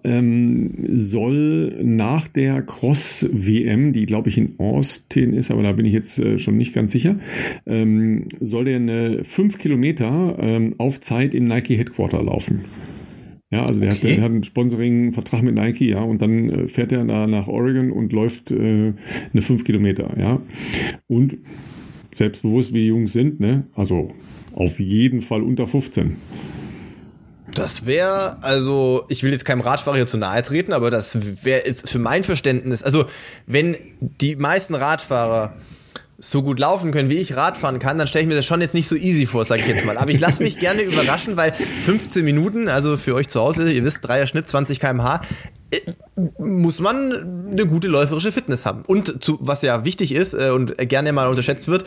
soll nach der Cross-WM, die glaube ich in Austin ist, aber da bin ich jetzt schon nicht ganz sicher, soll der eine 5 Kilometer auf Zeit im Nike Headquarter laufen. Ja, also der hat einen Sponsoring-Vertrag mit Nike, ja, und dann fährt er da nach Oregon und läuft eine 5 Kilometer, ja. Und selbstbewusst, wie die Jungs sind, ne, also auf jeden Fall unter 15. Das wäre, also ich will jetzt keinem Radfahrer hier zu nahe treten, aber das wäre für mein Verständnis, also wenn die meisten Radfahrer so gut laufen können, wie ich Radfahren kann, dann stelle ich mir das schon jetzt nicht so easy vor, sage ich jetzt mal. Aber ich lasse mich gerne überraschen, weil 15 Minuten, also für euch zu Hause, ihr wisst, Dreier-Schnitt, 20 km/h, muss man eine gute läuferische Fitness haben. Und was ja wichtig ist und gerne mal unterschätzt wird,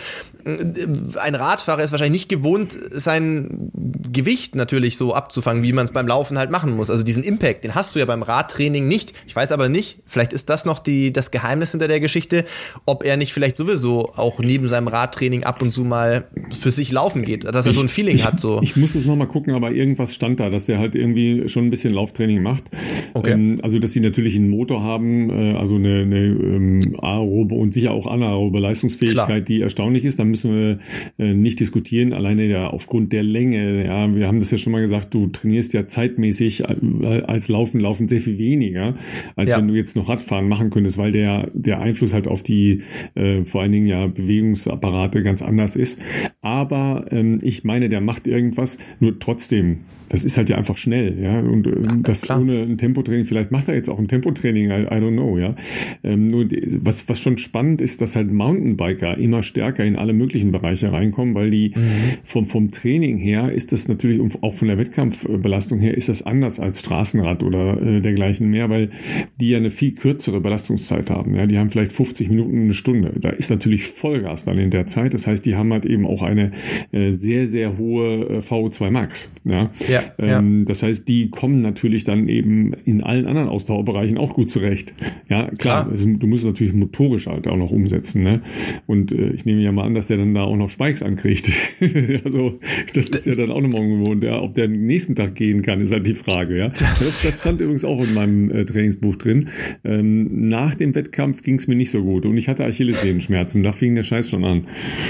ein Radfahrer ist wahrscheinlich nicht gewohnt, sein Gewicht natürlich so abzufangen, wie man es beim Laufen halt machen muss. Also diesen Impact, den hast du ja beim Radtraining nicht. Ich weiß aber nicht, vielleicht ist das noch das Geheimnis hinter der Geschichte, ob er nicht vielleicht sowieso auch neben seinem Radtraining ab und zu mal für sich laufen geht, dass er so ein Feeling hat. So. Ich muss es nochmal gucken, aber irgendwas stand da, dass er halt irgendwie schon ein bisschen Lauftraining macht. Okay. Also dass sie natürlich einen Motor haben, also eine aerobe und sicher auch anaerobe Leistungsfähigkeit, klar, die erstaunlich ist. Da müssen wir nicht diskutieren. Alleine ja aufgrund der Länge. Ja, wir haben das ja schon mal gesagt, du trainierst ja zeitmäßig als Laufen sehr viel weniger, als wenn du jetzt noch Radfahren machen könntest, weil der Einfluss halt auf die vor allen Dingen ja Bewegungsapparate ganz anders ist. Aber ich meine, der macht irgendwas, nur trotzdem, das ist halt ja einfach schnell, ja, und das klar, ohne ein Tempotraining, vielleicht macht er jetzt auch ein Tempotraining, I don't know, ja. Nur was schon spannend ist, dass halt Mountainbiker immer stärker in alle möglichen Bereiche reinkommen, weil die vom Training her ist das natürlich, auch von der Wettkampfbelastung her, ist das anders als Straßenrad oder dergleichen mehr, weil die ja eine viel kürzere Belastungszeit haben, ja. Die haben vielleicht 50 Minuten, eine Stunde. Da ist natürlich Vollgas dann in der Zeit. Das heißt, die haben halt eben auch eine sehr, sehr hohe VO2 Max, ja. Das heißt, die kommen natürlich dann eben in allen anderen Ausdauerbereichen auch gut zurecht. Ja, klar. Also, du musst es natürlich motorisch halt auch noch umsetzen, ne? Und ich nehme ja mal an, dass der dann da auch noch Spikes ankriegt. Also, das ist ja dann auch nochmal ungewohnt. Ja, ob der am nächsten Tag gehen kann, ist halt die Frage, ja. Das stand übrigens auch in meinem Trainingsbuch drin. Nach dem Wettkampf ging es mir nicht so gut und ich hatte Achillessehnenschmerzen. Da fing der Scheiß schon an.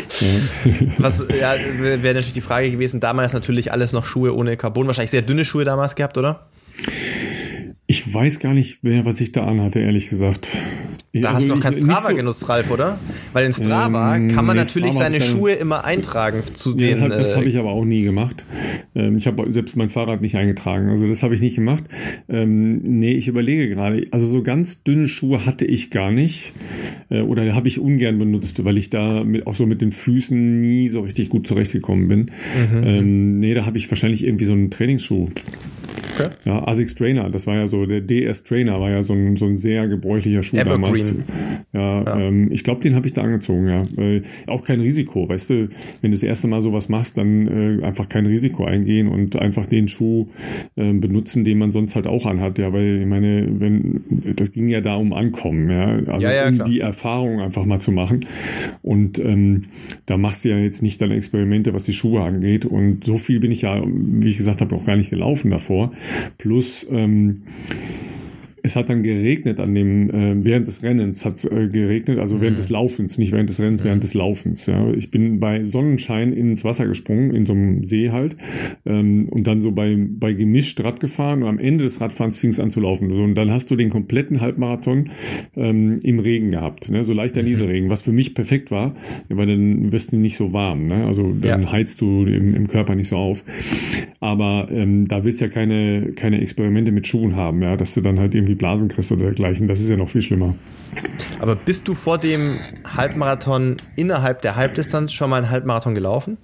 Ja. Wäre natürlich die Frage gewesen, damals natürlich alles noch Schuhe ohne Carbon, wahrscheinlich sehr dünne Schuhe damals gehabt, oder? Ich weiß gar nicht mehr, was ich da anhatte, ehrlich gesagt. Da hast du noch kein Strava genutzt, Ralf, oder? Weil in Strava kann man natürlich seine Schuhe immer eintragen zu den... Das habe ich aber auch nie gemacht. Ich habe selbst mein Fahrrad nicht eingetragen, also das habe ich nicht gemacht. Ich überlege gerade, also so ganz dünne Schuhe hatte ich gar nicht oder habe ich ungern benutzt, weil ich da auch so mit den Füßen nie so richtig gut zurechtgekommen bin. Da habe ich wahrscheinlich irgendwie so einen Trainingsschuh. Okay. Ja, Asics Trainer, das war ja so, der DS Trainer war ja so ein sehr gebräuchlicher Schuh Evergreen damals. Ja. Ich glaube, den habe ich da angezogen, ja. Auch kein Risiko, weißt du, wenn du das erste Mal sowas machst, dann einfach kein Risiko eingehen und einfach den Schuh benutzen, den man sonst halt auch anhat, ja, weil ich meine, das ging ja da um Ankommen, ja, also um die Erfahrung einfach mal zu machen und da machst du ja jetzt nicht deine Experimente, was die Schuhe angeht und so viel bin ich ja, wie ich gesagt habe, auch gar nicht gelaufen davor. Plus es hat dann geregnet während des Rennens hat es geregnet, also während des Laufens, nicht während des Rennens, während des Laufens. Ja. Ich bin bei Sonnenschein ins Wasser gesprungen, in so einem See halt, und dann so bei gemischt Rad gefahren und am Ende des Radfahrens fing es an zu laufen. Und dann hast du den kompletten Halbmarathon im Regen gehabt, ne? So leichter Nieselregen, was für mich perfekt war, weil dann wirst du nicht so warm, ne? Also dann heizt du im Körper nicht so auf. Aber da willst du ja keine Experimente mit Schuhen haben, ja, dass du dann halt irgendwie Blasen kriegst oder dergleichen. Das ist ja noch viel schlimmer. Aber bist du vor dem Halbmarathon innerhalb der Halbdistanz schon mal einen Halbmarathon gelaufen?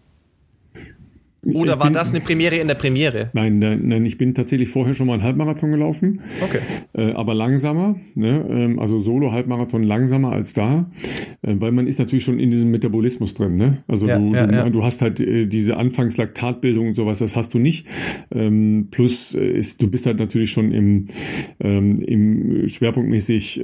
Oder war das eine Premiere in der Premiere? Nein, ich bin tatsächlich vorher schon mal einen Halbmarathon gelaufen. Okay. Aber langsamer, ne? Also Solo-Halbmarathon langsamer als da, weil man ist natürlich schon in diesem Metabolismus drin, ne? Also du hast halt diese Anfangslaktatbildung und sowas, das hast du nicht. Plus du bist halt natürlich schon im schwerpunktmäßig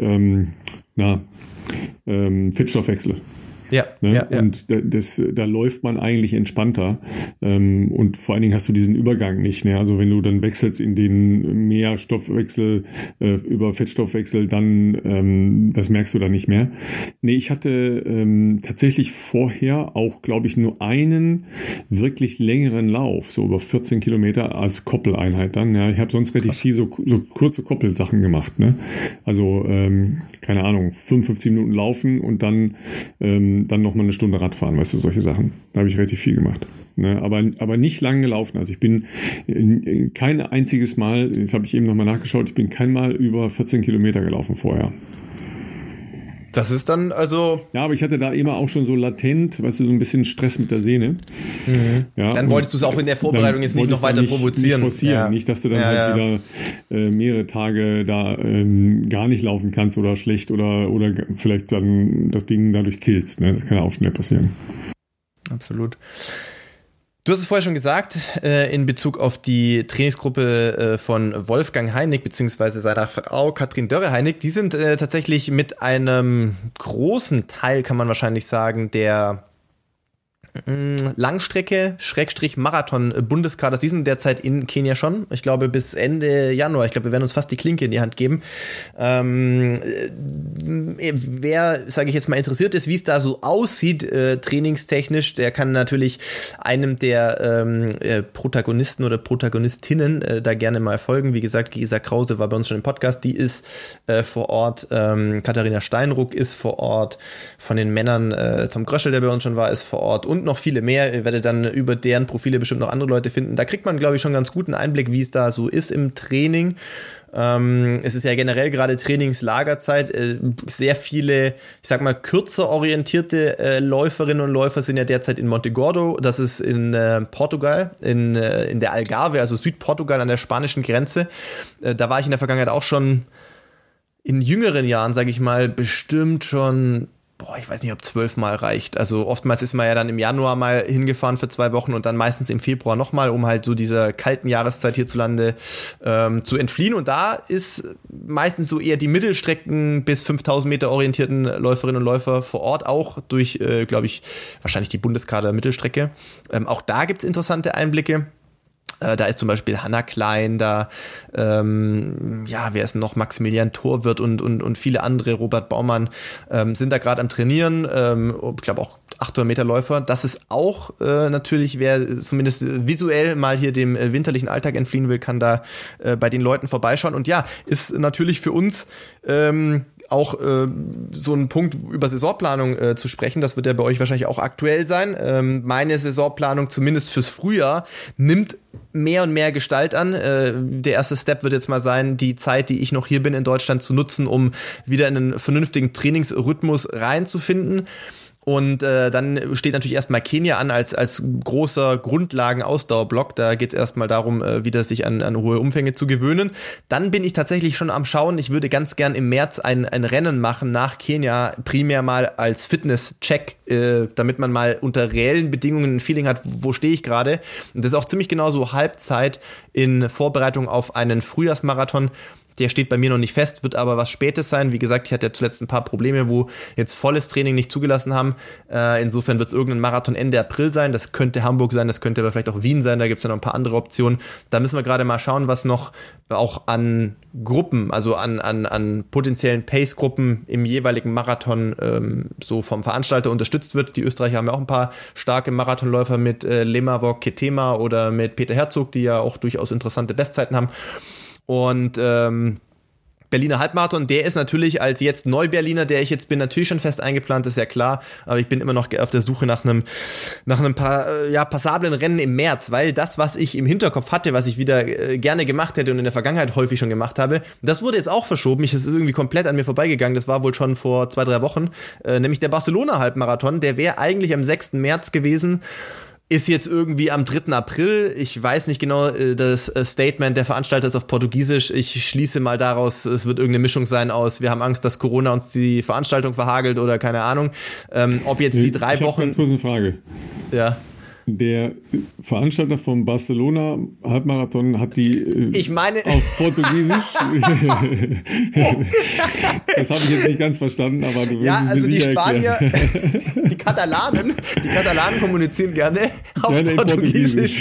Fettstoffwechsel. Und da läuft man eigentlich entspannter und vor allen Dingen hast du diesen Übergang nicht, ne? Also wenn du dann wechselst in den Mehrstoffwechsel über Fettstoffwechsel, dann das merkst du dann nicht mehr. Nee, ich hatte tatsächlich vorher auch, glaube ich, nur einen wirklich längeren Lauf, so über 14 Kilometer als Koppeleinheit dann. Ja, ich habe sonst relativ viel so kurze Koppelsachen gemacht, ne? Also keine Ahnung, 55 Minuten laufen und dann dann nochmal eine Stunde Radfahren, weißt du, solche Sachen. Da habe ich relativ viel gemacht. Ne? Aber nicht lang gelaufen. Also ich bin kein einziges Mal, das habe ich eben nochmal nachgeschaut, ich bin kein Mal über 14 Kilometer gelaufen vorher. Das ist dann also... Ja, aber ich hatte da immer auch schon so latent, weißt du, so ein bisschen Stress mit der Sehne. Mhm. Ja, dann wolltest du es auch in der Vorbereitung jetzt nicht noch weiter provozieren. Nicht forcieren. Ja. Nicht, dass du dann halt wieder mehrere Tage da gar nicht laufen kannst oder schlecht oder vielleicht dann das Ding dadurch killst. Ne? Das kann ja auch schnell passieren. Absolut. Du hast es vorher schon gesagt, in Bezug auf die Trainingsgruppe von Wolfgang Heinig beziehungsweise seiner Frau Katrin Dörre-Heinig. Die sind tatsächlich mit einem großen Teil, kann man wahrscheinlich sagen, der Langstrecke, Marathon Bundeskaders, die sind derzeit in Kenia schon. Ich glaube bis Ende Januar. Ich glaube, wir werden uns fast die Klinke in die Hand geben. Wer, sage ich jetzt mal, interessiert ist, wie es da so aussieht, trainingstechnisch, der kann natürlich einem der Protagonisten oder Protagonistinnen da gerne mal folgen. Wie gesagt, Gesa Krause war bei uns schon im Podcast. Die ist vor Ort. Katharina Steinruck ist vor Ort. Von den Männern Tom Gröschel, der bei uns schon war, ist vor Ort. Und noch viele mehr. Ihr werdet dann über deren Profile bestimmt noch andere Leute finden. Da kriegt man, glaube ich, schon ganz guten Einblick, wie es da so ist im Training. Es ist ja generell gerade Trainingslagerzeit. Sehr viele, ich sag mal, kürzer orientierte Läuferinnen und Läufer sind ja derzeit in Montegordo. Das ist in Portugal, in der Algarve, also Südportugal an der spanischen Grenze. Da war ich in der Vergangenheit auch schon in jüngeren Jahren, sage ich mal, bestimmt schon... ich weiß nicht, ob 12 Mal reicht. Also oftmals ist man ja dann im Januar mal hingefahren für 2 Wochen und dann meistens im Februar nochmal, um halt so dieser kalten Jahreszeit hierzulande zu entfliehen. Und da ist meistens so eher die Mittelstrecken bis 5000 Meter orientierten Läuferinnen und Läufer vor Ort auch durch, glaube ich, wahrscheinlich die Bundeskader Mittelstrecke. Auch da gibt's interessante Einblicke. Da ist zum Beispiel Hanna Klein, da, wer ist noch? Maximilian Thorwirth und viele andere, Robert Baumann, sind da gerade am Trainieren. Ich glaube auch 800 Meter Läufer. Das ist auch natürlich, wer zumindest visuell mal hier dem winterlichen Alltag entfliehen will, kann da bei den Leuten vorbeischauen. Und ja, ist natürlich für uns auch so ein Punkt, über Saisonplanung zu sprechen. Das wird ja bei euch wahrscheinlich auch aktuell sein. Meine Saisonplanung, zumindest fürs Frühjahr, nimmt mehr und mehr Gestalt an. Der erste Step wird jetzt mal sein, die Zeit, die ich noch hier bin in Deutschland, zu nutzen, um wieder in einen vernünftigen Trainingsrhythmus reinzufinden. Und dann steht natürlich erstmal Kenia an als großer Grundlagen-Ausdauerblock. Da geht es erstmal darum, wieder sich an hohe Umfänge zu gewöhnen. Dann bin ich tatsächlich schon am Schauen. Ich würde ganz gern im März ein Rennen machen nach Kenia, primär mal als Fitness-Check, damit man mal unter reellen Bedingungen ein Feeling hat, wo stehe ich gerade. Und das ist auch ziemlich genau so Halbzeit in Vorbereitung auf einen Frühjahrsmarathon. Der steht bei mir noch nicht fest, wird aber was Spätes sein. Wie gesagt, ich hatte ja zuletzt ein paar Probleme, wo jetzt volles Training nicht zugelassen haben. Insofern wird es irgendein Marathon Ende April sein. Das könnte Hamburg sein, das könnte aber vielleicht auch Wien sein. Da gibt es ja noch ein paar andere Optionen. Da müssen wir gerade mal schauen, was noch auch an Gruppen, also an potenziellen Pace-Gruppen im jeweiligen Marathon so vom Veranstalter unterstützt wird. Die Österreicher haben ja auch ein paar starke Marathonläufer mit Lemavok Ketema oder mit Peter Herzog, die ja auch durchaus interessante Bestzeiten haben. Und Berliner Halbmarathon, der ist natürlich als jetzt Neu-Berliner, der ich jetzt bin, natürlich schon fest eingeplant, ist ja klar, aber ich bin immer noch auf der Suche nach einem paar passablen Rennen im März, weil das, was ich im Hinterkopf hatte, was ich wieder gerne gemacht hätte und in der Vergangenheit häufig schon gemacht habe, das wurde jetzt auch verschoben. Es ist irgendwie komplett an mir vorbeigegangen, das war wohl schon vor 2-3 Wochen, nämlich der Barcelona Halbmarathon, der wäre eigentlich am 6. März gewesen. Ist jetzt irgendwie am 3. April. Ich weiß nicht genau, das Statement der Veranstalter ist auf Portugiesisch. Ich schließe mal daraus, es wird irgendeine Mischung sein aus, wir haben Angst, dass Corona uns die Veranstaltung verhagelt oder keine Ahnung. Ob jetzt die 3 Wochen... Ich habe ganz kurz eine Frage. Ja. Der Veranstalter vom Barcelona Halbmarathon hat die auf Portugiesisch. Das habe ich jetzt nicht ganz verstanden, aber du willst also die Spanier, die Katalanen kommunizieren gerne auf Portugiesisch.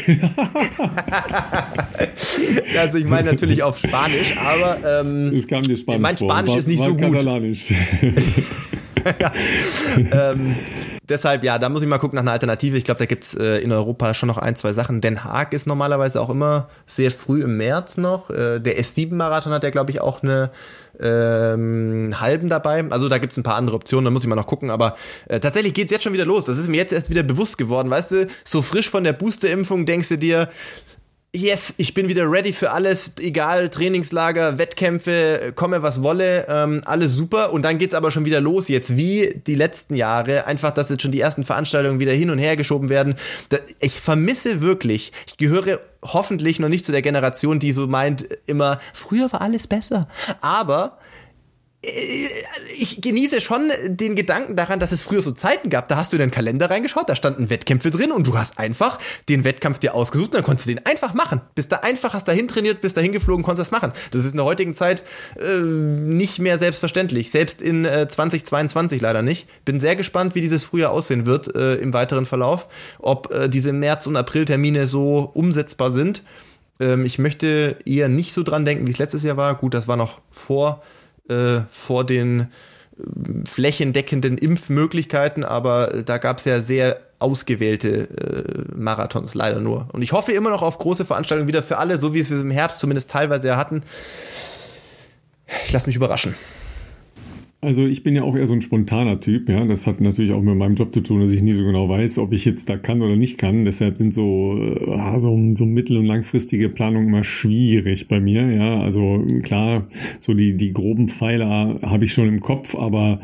Also ich meine natürlich auf Spanisch, aber es kam dir Spanisch mein Spanisch ist nicht so gut. Katalanisch. Deshalb, ja, da muss ich mal gucken nach einer Alternative. Ich glaube, da gibt's in Europa schon noch ein, zwei Sachen. Den Haag ist normalerweise auch immer sehr früh im März noch. Der S7-Marathon hat ja, glaube ich, auch eine halben dabei. Also da gibt's ein paar andere Optionen, da muss ich mal noch gucken. Aber tatsächlich geht's jetzt schon wieder los. Das ist mir jetzt erst wieder bewusst geworden. Weißt du, so frisch von der Boosterimpfung denkst du dir, yes, ich bin wieder ready für alles, egal, Trainingslager, Wettkämpfe, komme was wolle, alles super. Und dann geht's aber schon wieder los jetzt, wie die letzten Jahre. Einfach, dass jetzt schon die ersten Veranstaltungen wieder hin und her geschoben werden. Ich vermisse wirklich, ich gehöre hoffentlich noch nicht zu der Generation, die so meint immer, früher war alles besser. Aber ich genieße schon den Gedanken daran, dass es früher so Zeiten gab, da hast du in den Kalender reingeschaut, da standen Wettkämpfe drin und du hast einfach den Wettkampf dir ausgesucht und dann konntest du den einfach machen. Bist da einfach, hast dahin trainiert, bist dahin geflogen, konntest das machen. Das ist in der heutigen Zeit nicht mehr selbstverständlich. Selbst in 2022 leider nicht. Bin sehr gespannt, wie dieses Frühjahr aussehen wird im weiteren Verlauf. Ob diese März- und April-Termine so umsetzbar sind. Ich möchte eher nicht so dran denken, wie es letztes Jahr war. Gut, das war noch vor den flächendeckenden Impfmöglichkeiten, aber da gab es ja sehr ausgewählte Marathons leider nur. Und ich hoffe immer noch auf große Veranstaltungen wieder für alle, so wie es wir im Herbst zumindest teilweise ja hatten. Ich lasse mich überraschen. Also ich bin ja auch eher so ein spontaner Typ, ja. Das hat natürlich auch mit meinem Job zu tun, dass ich nie so genau weiß, ob ich jetzt da kann oder nicht kann. Deshalb sind so mittel- und langfristige Planungen immer schwierig bei mir, ja. Also klar, so die groben Pfeiler habe ich schon im Kopf, aber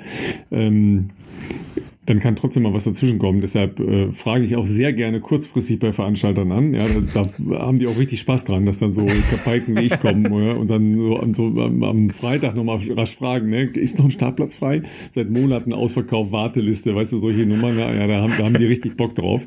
dann kann trotzdem mal was dazwischen kommen. Deshalb frage ich auch sehr gerne kurzfristig bei Veranstaltern an. Ja, da haben die auch richtig Spaß dran, dass dann so Kapaiken wie ich kommen, oder? Und dann so am Freitag nochmal rasch fragen, ne? Ist noch ein Startplatz frei? Seit Monaten Ausverkauf, Warteliste, weißt du, solche Nummern. Ja, da haben die richtig Bock drauf.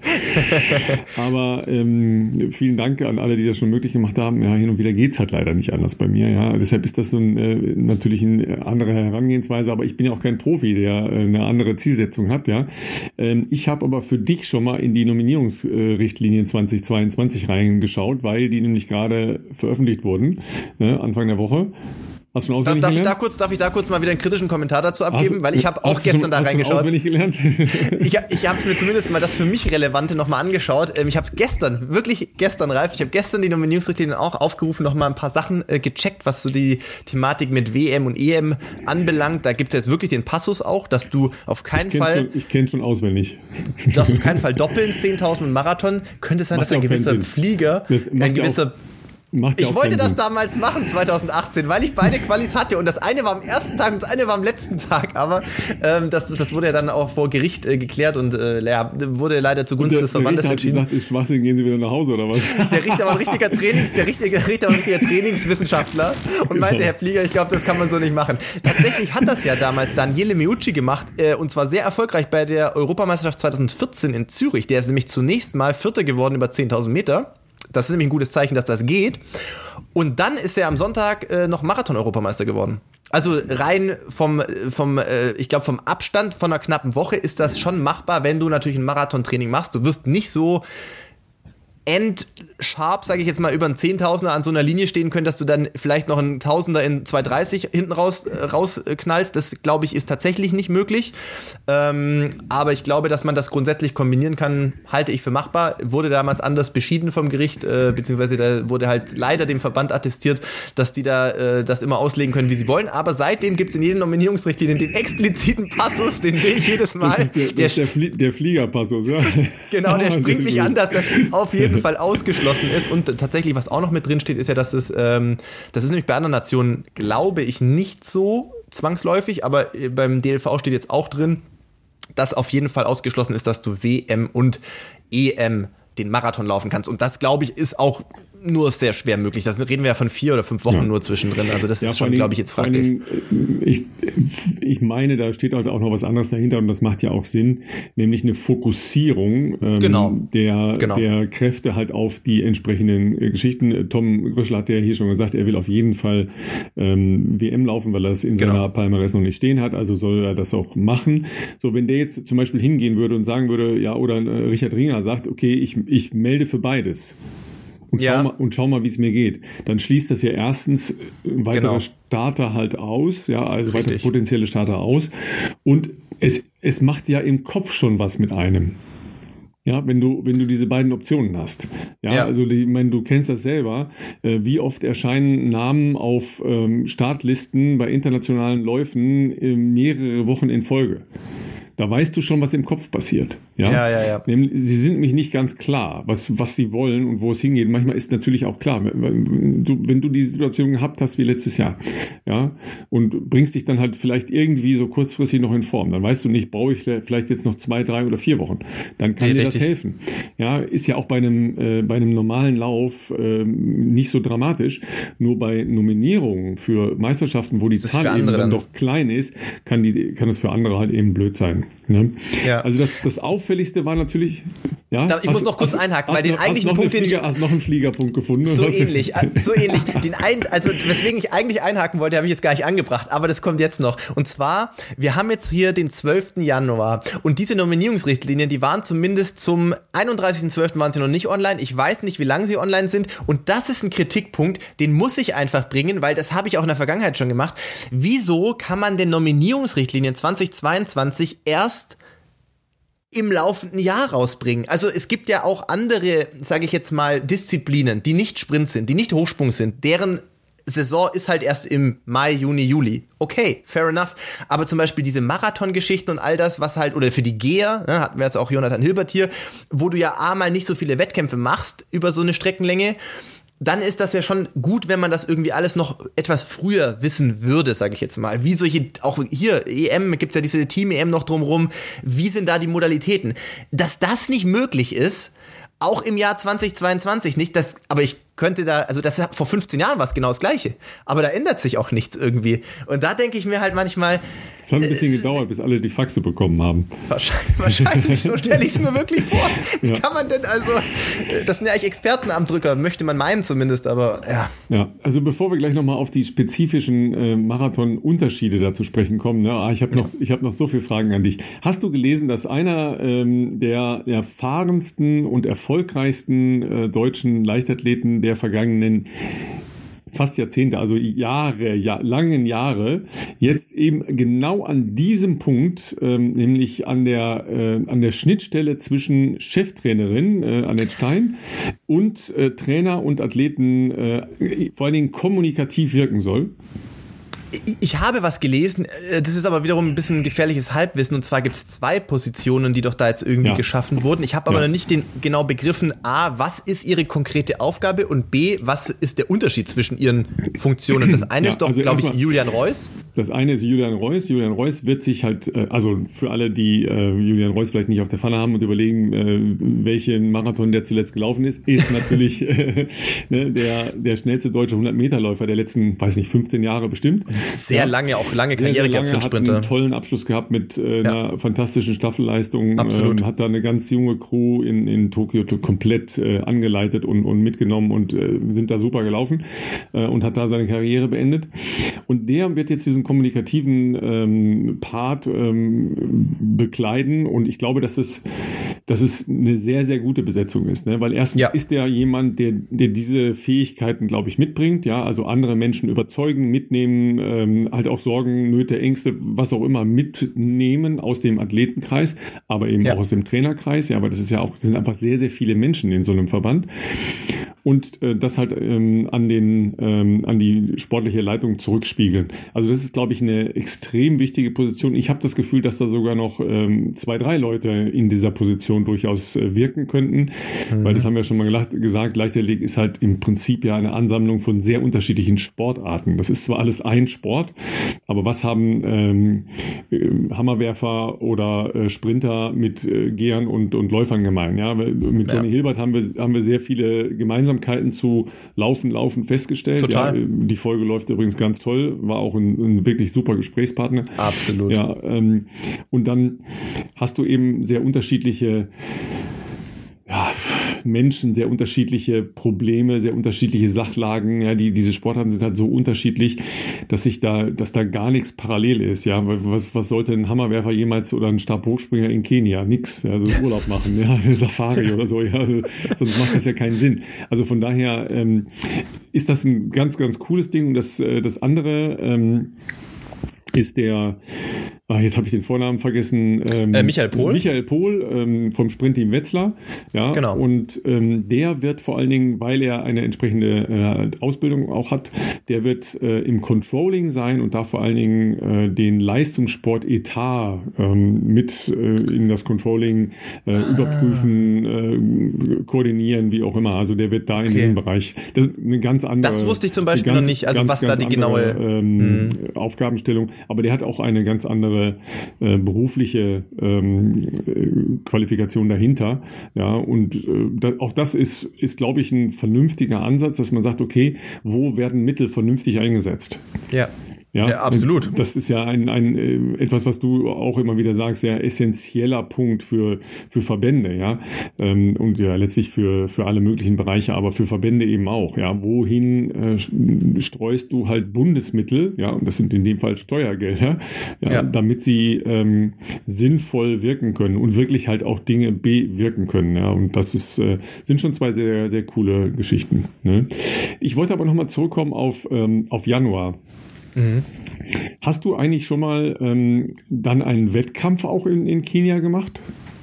Aber vielen Dank an alle, die das schon möglich gemacht haben. Ja, hin und wieder geht's halt leider nicht anders bei mir. Ja, deshalb ist das so natürlich eine andere Herangehensweise. Aber ich bin ja auch kein Profi, der eine andere Zielsetzung hat. Ja, ich habe aber für dich schon mal in die Nominierungsrichtlinien 2022 reingeschaut, weil die nämlich gerade veröffentlicht wurden, ne, Anfang der Woche. Hast du schon auswendig gelernt? Darf ich da kurz mal wieder einen kritischen Kommentar dazu abgeben? Weil ich habe auch gestern da reingeschaut. Hast du auswendig gelernt? Ich habe mir zumindest mal das für mich Relevante nochmal angeschaut. Ich habe wirklich gestern, Ralf, ich habe gestern die Nominierungsrichtlinien auch aufgerufen, nochmal ein paar Sachen gecheckt, was so die Thematik mit WM und EM anbelangt. Da gibt es jetzt wirklich den Passus auch, dass du auf keinen Fall... Ich kenne schon auswendig. Du darfst auf keinen Fall doppeln, 10.000 Marathon. Könnte es sein, dass ein gewisser Flieger, ich wollte das damals machen, 2018, weil ich beide Qualis hatte und das eine war am ersten Tag und das eine war am letzten Tag, aber das wurde ja dann auch vor Gericht geklärt und wurde leider zugunsten des Verbandes entschieden. Der Richter hat gesagt, ist Schwachsinn, gehen Sie wieder nach Hause oder was? Der Richter war ein richtiger Trainingswissenschaftler und meinte, Herr Flieger, ich glaube, das kann man so nicht machen. Tatsächlich hat das ja damals Daniele Meucci gemacht und zwar sehr erfolgreich bei der Europameisterschaft 2014 in Zürich. Der ist nämlich zunächst mal Vierter geworden über 10.000 Meter. Das ist nämlich ein gutes Zeichen, dass das geht. Und dann ist er am Sonntag noch Marathon-Europameister geworden. Also rein vom Abstand von einer knappen Woche ist das schon machbar, wenn du natürlich ein Marathontraining machst. Du wirst nicht so endscharf, sage ich jetzt mal, über einen 10.000er an so einer Linie stehen können, dass du dann vielleicht noch einen 1.000er in 2,30 hinten rausknallst. Das, glaube ich, ist tatsächlich nicht möglich. Aber ich glaube, dass man das grundsätzlich kombinieren kann, halte ich für machbar. Wurde damals anders beschieden vom Gericht, beziehungsweise da wurde halt leider dem Verband attestiert, dass die da das immer auslegen können, wie sie wollen. Aber seitdem gibt es in jedem Nominierungsrichtlinien den expliziten Passus, den will ich jedes Mal. Das ist der Fliegerpassus, ja. Genau, der springt nicht an, dass das auf jeden Fall ausgeschlossen ist. Und tatsächlich, was auch noch mit drin steht, ist ja, dass das ist nämlich bei anderen Nationen, glaube ich, nicht so zwangsläufig, aber beim DLV steht jetzt auch drin, dass auf jeden Fall ausgeschlossen ist, dass du WM und EM den Marathon laufen kannst. Und das, glaube ich, ist auch nur sehr schwer möglich. Das reden wir ja von 4 oder 5 Wochen nur zwischendrin. Also das ist schon, glaube ich, jetzt fraglich. Ich meine, da steht halt auch noch was anderes dahinter und das macht ja auch Sinn, nämlich eine Fokussierung der Kräfte halt auf die entsprechenden Geschichten. Tom Gröschel hat ja hier schon gesagt, er will auf jeden Fall WM laufen, weil er das in seiner Palmares noch nicht stehen hat, also soll er das auch machen. So, wenn der jetzt zum Beispiel hingehen würde und sagen würde, ja, oder Richard Ringer sagt, okay, ich melde für beides. und schau mal, wie es mir geht. Dann schließt das ja erstens ein weiterer Starter halt aus, ja, also weitere potenzielle Starter aus. Und es macht ja im Kopf schon was mit einem. Ja, wenn du diese beiden Optionen hast. Ja. Also ich meine, du kennst das selber. Wie oft erscheinen Namen auf Startlisten bei internationalen Läufen mehrere Wochen in Folge? Da weißt du schon, was im Kopf passiert. Ja. Sie sind nämlich nicht ganz klar, was sie wollen und wo es hingeht. Manchmal ist natürlich auch klar, wenn du die Situation gehabt hast wie letztes Jahr, ja, und bringst dich dann halt vielleicht irgendwie so kurzfristig noch in Form, dann weißt du nicht, brauche ich vielleicht jetzt noch 2, 3 oder 4 Wochen. Dann kann dir das helfen. Ja, ist ja auch bei einem normalen Lauf nicht so dramatisch. Nur bei Nominierungen für Meisterschaften, wo die Zahl eben dann doch klein ist, kann das für andere halt eben blöd sein. Ne? Ja. Also das Auffälligste war natürlich, ja. Ich muss noch kurz einhaken, weil den eigentlichen Punkt, hast noch einen Fliegerpunkt gefunden. So ähnlich. Also weswegen ich eigentlich einhaken wollte, habe ich jetzt gar nicht angebracht, aber das kommt jetzt noch. Und zwar, wir haben jetzt hier den 12. Januar und diese Nominierungsrichtlinien, die waren zumindest zum 31.12. waren sie noch nicht online. Ich weiß nicht, wie lange sie online sind und das ist ein Kritikpunkt, den muss ich einfach bringen, weil das habe ich auch in der Vergangenheit schon gemacht. Wieso kann man den Nominierungsrichtlinien 2022 erst im laufenden Jahr rausbringen? Also es gibt ja auch andere, sage ich jetzt mal, Disziplinen, die nicht Sprint sind, die nicht Hochsprung sind, deren Saison ist halt erst im Mai, Juni, Juli. Okay, fair enough. Aber zum Beispiel diese Marathon-Geschichten und all das, was halt, oder für die Geher, ne, hatten wir jetzt auch Jonathan Hilbert hier, wo du ja mal nicht so viele Wettkämpfe machst über so eine Streckenlänge, dann ist das ja schon gut, wenn man das irgendwie alles noch etwas früher wissen würde, sage ich jetzt mal. Wie solche, auch hier, EM, gibt's ja diese Team-EM noch drumherum, wie sind da die Modalitäten? Dass das nicht möglich ist, auch im Jahr 2022 nicht, aber ich könnte da, also das vor 15 Jahren war es genau das Gleiche, aber da ändert sich auch nichts irgendwie. Und da denke ich mir halt manchmal... Es hat ein bisschen gedauert, bis alle die Faxe bekommen haben. Wahrscheinlich, so stelle ich es mir wirklich vor. Wie kann man denn das sind ja eigentlich Expertenamtdrücker, möchte man meinen zumindest, aber ja. Ja, also bevor wir gleich nochmal auf die spezifischen Marathon-Unterschiede da zu sprechen kommen, ne? Ich habe noch so viele Fragen an dich. Hast du gelesen, dass einer der erfahrensten und erfolgreichsten deutschen Leichtathleten der vergangenen fast Jahrzehnte, also langen Jahre, jetzt eben genau an diesem Punkt, nämlich an der Schnittstelle zwischen Cheftrainerin Annette Stein und Trainer und Athleten vor allen Dingen kommunikativ wirken soll? Ich habe was gelesen, das ist aber wiederum ein bisschen gefährliches Halbwissen, und zwar gibt es 2 Positionen, die doch da jetzt irgendwie geschaffen wurden. Ich habe aber noch nicht genau begriffen, A, was ist ihre konkrete Aufgabe und B, was ist der Unterschied zwischen ihren Funktionen? Das eine ist doch, also glaube ich, Julian Reuss. Das eine ist Julian Reuss. Julian Reuss wird sich halt, also für alle, die Julian Reuss vielleicht nicht auf der Pfanne haben und überlegen, welchen Marathon der zuletzt gelaufen ist natürlich der schnellste deutsche 100-Meter-Läufer der letzten, 15 Jahre bestimmt. Sehr lange Karriere gehabt für einen Sprinter. Hat einen tollen Abschluss gehabt mit einer fantastischen Staffelleistung. Absolut. Hat da eine ganz junge Crew in Tokio komplett angeleitet und mitgenommen und sind da super gelaufen und hat da seine Karriere beendet. Und der wird jetzt diesen kommunikativen Part bekleiden und ich glaube, dass es eine sehr, sehr gute Besetzung ist, ne? Weil erstens ist der jemand, der diese Fähigkeiten, glaube ich, mitbringt, ja, also andere Menschen überzeugen, mitnehmen, halt auch Sorgen, Nöte, Ängste, was auch immer mitnehmen aus dem Athletenkreis, aber eben auch aus dem Trainerkreis, ja, aber das sind einfach sehr, sehr viele Menschen in so einem Verband und das halt an die sportliche Leitung zurückspiegeln. Also das ist, glaube ich, eine extrem wichtige Position. Ich habe das Gefühl, dass da sogar noch 2, 3 Leute in dieser Position durchaus wirken könnten, weil das haben wir schon mal gesagt, Leichtathletik ist halt im Prinzip ja eine Ansammlung von sehr unterschiedlichen Sportarten. Das ist zwar alles ein Sport, aber was haben Hammerwerfer oder Sprinter mit Gehern und Läufern gemein? Ja? Mit Johnny Hilbert haben wir sehr viele Gemeinsamkeiten zu Laufen festgestellt. Total. Ja, die Folge läuft übrigens ganz toll, war auch ein wirklich super Gesprächspartner. Absolut. Ja, und dann hast du eben sehr unterschiedliche Menschen, sehr unterschiedliche Probleme, sehr unterschiedliche Sachlagen. Ja, diese Sportarten sind halt so unterschiedlich, dass da gar nichts parallel ist. Ja, was sollte ein Hammerwerfer jemals oder ein Stabhochspringer in Kenia? Nix. Also Urlaub machen, ja, eine Safari oder so. Ja, sonst macht das ja keinen Sinn. Also von daher ist das ein ganz, ganz cooles Ding. Und das andere ist jetzt habe ich den Vornamen vergessen. Michael Pohl. Michael Pohl vom Sprintteam Wetzlar. Ja, genau. Und der wird vor allen Dingen, weil er eine entsprechende Ausbildung auch hat, der wird im Controlling sein und da vor allen Dingen den Leistungssport-Etat mit in das Controlling überprüfen, koordinieren, wie auch immer. Also der wird da in diesem Bereich. Das ist eine ganz andere. Das wusste ich zum Beispiel noch nicht, also was da die genaue Aufgabenstellung. Aber der hat auch eine ganz andere berufliche Qualifikation dahinter. Ja, und auch das ist, glaube ich, ein vernünftiger Ansatz, dass man sagt, okay, wo werden Mittel vernünftig eingesetzt? Ja. Ja, absolut. Und das ist ja ein etwas, was du auch immer wieder sagst, sehr essentieller Punkt für Verbände, ja. Und ja, letztlich für alle möglichen Bereiche, aber für Verbände eben auch, ja. Wohin streust du halt Bundesmittel, ja, und das sind in dem Fall Steuergelder, ja. Damit sie sinnvoll wirken können und wirklich halt auch Dinge bewirken können, ja. Und das sind schon zwei sehr, sehr coole Geschichten, ne? Ich wollte aber nochmal zurückkommen auf Januar. Mhm. Hast du eigentlich schon mal dann einen Wettkampf auch in Kenia gemacht?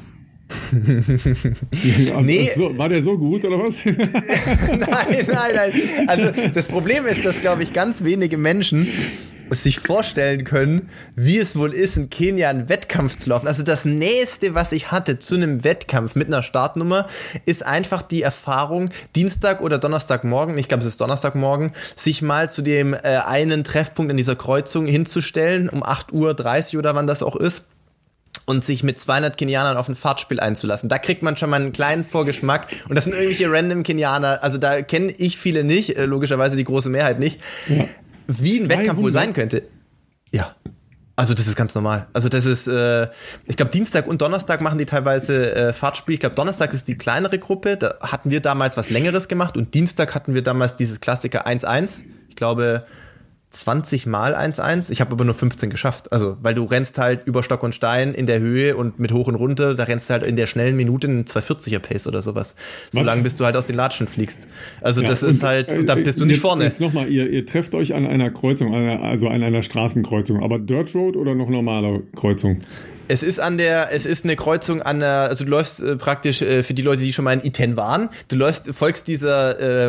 Nee. War der so gut oder was? Nein. Also das Problem ist, dass, glaube ich, ganz wenige Menschen sich vorstellen können, wie es wohl ist, in Kenia einen Wettkampf zu laufen. Also das Nächste, was ich hatte zu einem Wettkampf mit einer Startnummer, ist einfach die Erfahrung, Dienstag oder Donnerstagmorgen, ich glaube, es ist Donnerstagmorgen, sich mal zu dem einen Treffpunkt an dieser Kreuzung hinzustellen, um 8:30 Uhr oder wann das auch ist, und sich mit 200 Kenianern auf ein Fahrtspiel einzulassen. Da kriegt man schon mal einen kleinen Vorgeschmack. Und das sind irgendwelche random Kenianer. Also da kenne ich viele nicht, logischerweise die große Mehrheit nicht. Ja. Wie ein 200. Wettkampf wohl sein könnte. Ja, also das ist ganz normal. Also das ist, ich glaube, Dienstag und Donnerstag machen die teilweise Fahrtspiel. Ich glaube, Donnerstag ist die kleinere Gruppe. Da hatten wir damals was Längeres gemacht. Und Dienstag hatten wir damals dieses Klassiker 1-1. Ich glaube, 20 mal 1-1. Ich habe aber nur 15 geschafft. Also, weil du rennst halt über Stock und Stein in der Höhe und mit hoch und runter, da rennst du halt in der schnellen Minute einen 240er Pace oder sowas. Solange bis du halt aus den Latschen fliegst. Also, ja, das ist halt, da bist du nicht vorne. Jetzt nochmal, ihr trefft euch an einer Kreuzung, also an einer Straßenkreuzung, aber Dirt Road oder noch normale Kreuzung? Es ist eine Kreuzung also du läufst praktisch für die Leute, die schon mal in Iten waren, folgst dieser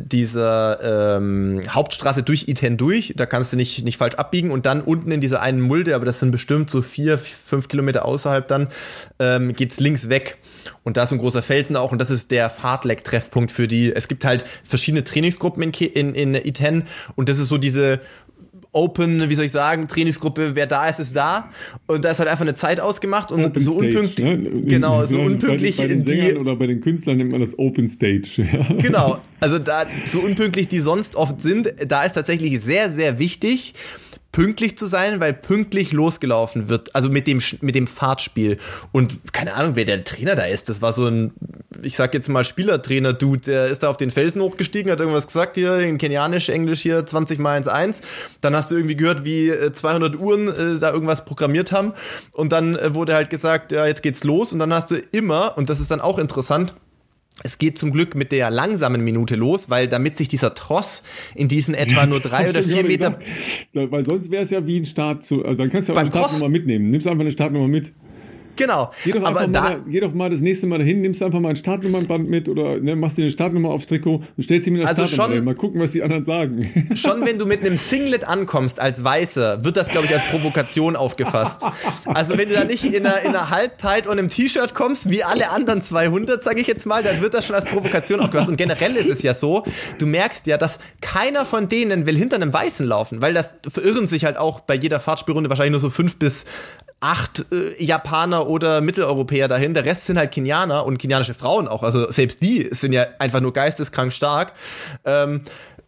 Hauptstraße durch Iten durch, da kannst du nicht falsch abbiegen und dann unten in dieser einen Mulde, aber das sind bestimmt so 4-5 Kilometer außerhalb dann, geht's links weg. Und da ist ein großer Felsen auch und das ist der Fartlek-Treffpunkt es gibt halt verschiedene Trainingsgruppen in Iten und das ist so diese Open, wie soll ich sagen, Trainingsgruppe, wer da ist da. Und da ist halt einfach eine Zeit ausgemacht und Open so unpünktlich. Ne? Genau, so unpünktlich. Bei den Sängern oder bei den Künstlern nennt man das Open Stage. Ja. Genau, also da so unpünktlich die sonst oft sind, da ist tatsächlich sehr, sehr wichtig, pünktlich zu sein, weil pünktlich losgelaufen wird, also mit dem Fahrtspiel. Und keine Ahnung, wer der Trainer da ist. Das war so ein, ich sag jetzt mal Spielertrainer-Dude, der ist da auf den Felsen hochgestiegen, hat irgendwas gesagt hier, in Kenianisch, Englisch hier, 20 mal 1-1. Dann hast du irgendwie gehört, wie 200 Uhren da irgendwas programmiert haben. Und dann wurde halt gesagt, ja, jetzt geht's los. Und dann hast du immer, und das ist dann auch interessant, es geht zum Glück mit der langsamen Minute los, weil damit sich dieser Tross in diesen etwa nur 3 oder 4 Meter... Weil sonst wäre es ja wie ein Start also dann kannst du ja auch eine Startnummer mitnehmen. Nimmst einfach eine Startnummer mit. Genau. Geh doch mal das nächste Mal dahin, nimmst einfach mal ein Startnummernband mit oder machst dir eine Startnummer aufs Trikot und stellst sie mit einer Startnummer hin. Mal gucken, was die anderen sagen. Schon wenn du mit einem Singlet ankommst als Weißer, wird das, glaube ich, als Provokation aufgefasst. Also wenn du da nicht in einer Halbtight und einem T-Shirt kommst, wie alle anderen 200, sage ich jetzt mal, dann wird das schon als Provokation aufgefasst. Und generell ist es ja so, du merkst ja, dass keiner von denen will hinter einem Weißen laufen, weil das verirren sich halt auch bei jeder Fahrtspielrunde wahrscheinlich nur so 5 bis 8 Japaner oder Mitteleuropäer dahin. Der Rest sind halt Kenianer und kenianische Frauen auch. Also selbst die sind ja einfach nur geisteskrank stark.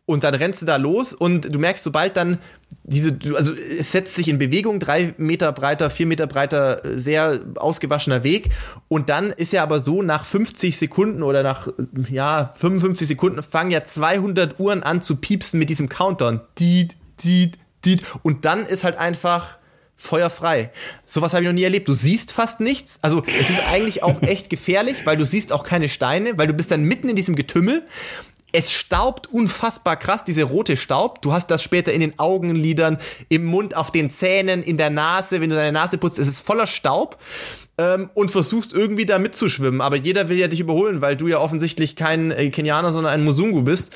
Und dann rennst du da los und du merkst, sobald dann also es setzt sich in Bewegung, 3 Meter breiter, 4 Meter breiter, sehr ausgewaschener Weg. Und dann ist ja aber so, nach 50 Sekunden oder nach 55 Sekunden fangen ja 200 Uhren an zu piepsen mit diesem Countdown. Diet, diet, diet. Und dann ist halt einfach feuerfrei. Sowas habe ich noch nie erlebt. Du siehst fast nichts. Also es ist eigentlich auch echt gefährlich, weil du siehst auch keine Steine, weil du bist dann mitten in diesem Getümmel. Es staubt unfassbar krass, diese rote Staub. Du hast das später in den Augenlidern, im Mund, auf den Zähnen, in der Nase. Wenn du deine Nase putzt, es ist voller Staub. Und versuchst irgendwie da mitzuschwimmen. Aber jeder will ja dich überholen, weil du ja offensichtlich kein Kenianer, sondern ein Musungu bist.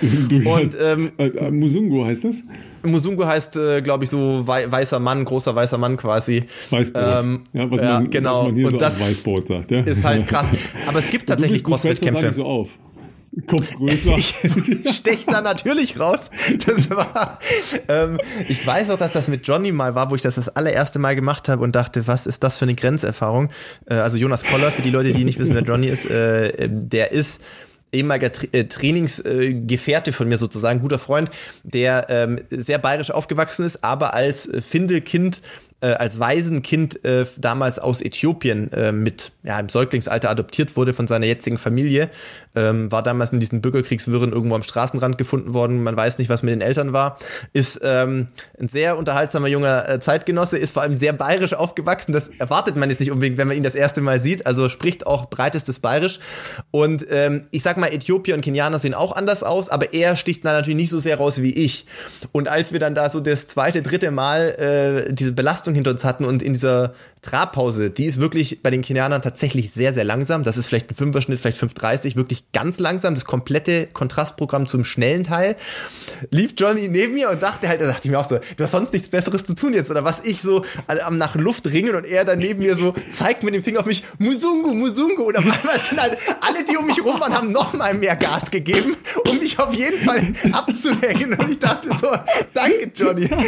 Musungu heißt das? Musungu heißt, glaube ich, so weißer Mann, großer weißer Mann quasi. Weißbrot. Was man hier und so das Weißbrot sagt. Ja? Ist halt krass. Aber es gibt tatsächlich Crossfit-Kämpfe. Nicht so auf. Kopf größer. Ich stech da natürlich raus. Das war, ich weiß auch, dass das mit Johnny mal war, wo ich das allererste Mal gemacht habe und dachte, was ist das für eine Grenzerfahrung? Also Jonas Koller, für die Leute, die nicht wissen, wer Johnny ist, der ist ehemaliger Trainingsgefährte von mir sozusagen, guter Freund, der sehr bayerisch aufgewachsen ist, aber als Findelkind, als Waisenkind damals aus Äthiopien im Säuglingsalter adoptiert wurde von seiner jetzigen Familie, war damals in diesen Bürgerkriegswirren irgendwo am Straßenrand gefunden worden, man weiß nicht, was mit den Eltern war, ist ein sehr unterhaltsamer junger Zeitgenosse, ist vor allem sehr bayerisch aufgewachsen, das erwartet man jetzt nicht unbedingt, wenn man ihn das erste Mal sieht, also spricht auch breitestes Bayerisch und ich sag mal, Äthiopier und Kenianer sehen auch anders aus, aber er sticht da natürlich nicht so sehr raus wie ich und als wir dann da so das zweite, dritte Mal diese Belastung hinter uns hatten und in dieser Trabpause, die ist wirklich bei den Kenianern tatsächlich sehr, sehr langsam. Das ist vielleicht ein 5er-Schnitt, vielleicht 5,30, wirklich ganz langsam. Das komplette Kontrastprogramm zum schnellen Teil. Lief Johnny neben mir und da dachte ich mir auch so, du hast sonst nichts Besseres zu tun jetzt, oder was? Ich so nach Luft ringen und er dann neben mir so zeigt mit dem Finger auf mich, Musungu, Musungu. Und auf einmal sind halt alle, die um mich rum waren, haben noch mal mehr Gas gegeben, um mich auf jeden Fall abzuhängen. Und ich dachte so, danke Johnny. Du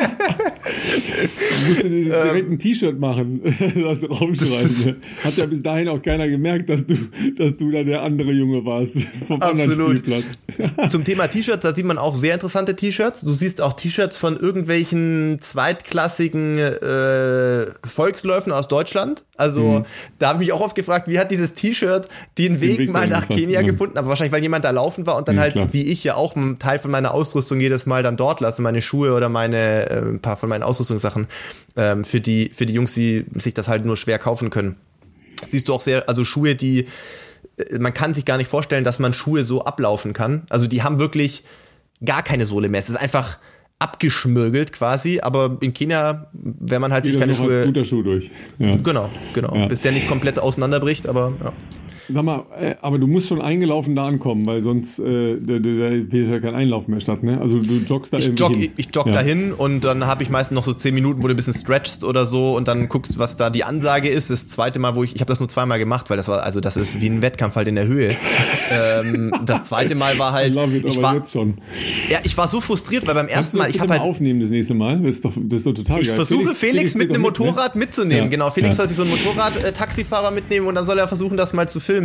musst dir direkt ein T-Shirt machen. Das draufschreiben. Hat ja bis dahin auch keiner gemerkt, dass du da der andere Junge warst vom anderen Spielplatz. Zum Thema T-Shirts, da sieht man auch sehr interessante T-Shirts. Du siehst auch T-Shirts von irgendwelchen zweitklassigen Volksläufen aus Deutschland. Also da habe ich mich auch oft gefragt, wie hat dieses T-Shirt den Weg mal nach Kenia gefunden? Aber wahrscheinlich, weil jemand da laufen war und dann halt, klar, wie ich ja auch einen Teil von meiner Ausrüstung jedes Mal dann dort lasse, meine Schuhe oder ein paar von meinen Ausrüstungssachen für die Jungs, die sich das halt nur schwer kaufen können. Siehst du auch also Schuhe, man kann sich gar nicht vorstellen, dass man Schuhe so ablaufen kann. Also die haben wirklich gar keine Sohle mehr. Es ist einfach abgeschmürgelt quasi, aber in Kenia, wenn man halt sich keine Schuhe... Als guter Schuh durch. Ja. Genau. Ja. Bis der nicht komplett auseinanderbricht, aber ja. Sag mal, aber du musst schon eingelaufen da ankommen, weil sonst da ist ja kein Einlauf mehr statt, ne? Also du joggst da irgendwie hin. Ich jogge dahin und dann habe ich meistens noch so 10 Minuten, wo du ein bisschen stretchst oder so und dann guckst, was da die Ansage ist. Das zweite Mal, ich habe das nur 2-mal gemacht, weil das ist wie ein Wettkampf halt in der Höhe. Das zweite Mal war halt... ich war so frustriert, weil beim ersten Mal... Ich habe halt aufnehmen das nächste Mal. Das ist doch total geil. Ich versuche Felix mit einem Motorrad mitzunehmen. Ja. Genau, Felix soll sich so ein Motorrad-Taxifahrer mitnehmen und dann soll er versuchen, das mal zu filmen.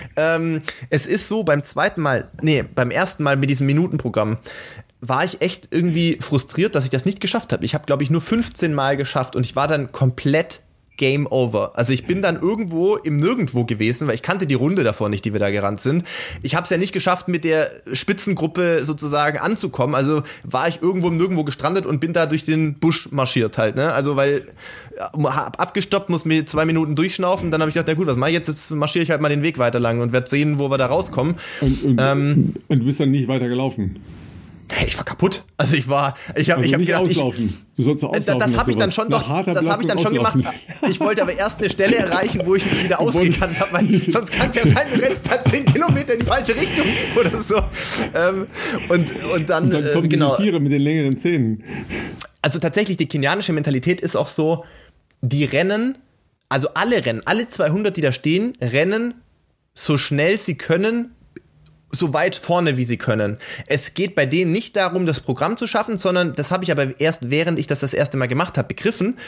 Es ist so, beim ersten Mal mit diesem Minutenprogramm war ich echt irgendwie frustriert, dass ich das nicht geschafft habe. Ich habe, glaube ich, nur 15 Mal geschafft und ich war dann komplett Game over. Also ich bin dann irgendwo im Nirgendwo gewesen, weil ich kannte die Runde davor nicht, die wir da gerannt sind. Ich habe es ja nicht geschafft, mit der Spitzengruppe sozusagen anzukommen. Also war ich irgendwo im Nirgendwo gestrandet und bin da durch den Busch marschiert halt. Ne? Also weil hab abgestoppt, muss mir 2 Minuten durchschnaufen. Dann habe ich gedacht, na gut, was mache ich jetzt? Jetzt marschiere ich halt mal den Weg weiter lang und werde sehen, wo wir da rauskommen. Und du bist dann nicht weiter gelaufen? Ich war kaputt. Also ich habe gedacht, auslaufen. Du sollst doch auslaufen. Das habe ich dann schon gemacht. Ich wollte aber erst eine Stelle erreichen, wo ich mich wieder ausgekannt habe, weil sonst kann es ja sein, du rennst da 10 Kilometer in die falsche Richtung oder so. Und dann kommen diese Tiere mit den längeren Zähnen. Also tatsächlich, die kenianische Mentalität ist auch so, die rennen, also alle 200, die da stehen, rennen so schnell sie können, so weit vorne, wie sie können. Es geht bei denen nicht darum, das Programm zu schaffen, sondern das habe ich aber erst, während ich das erste Mal gemacht habe, begriffen.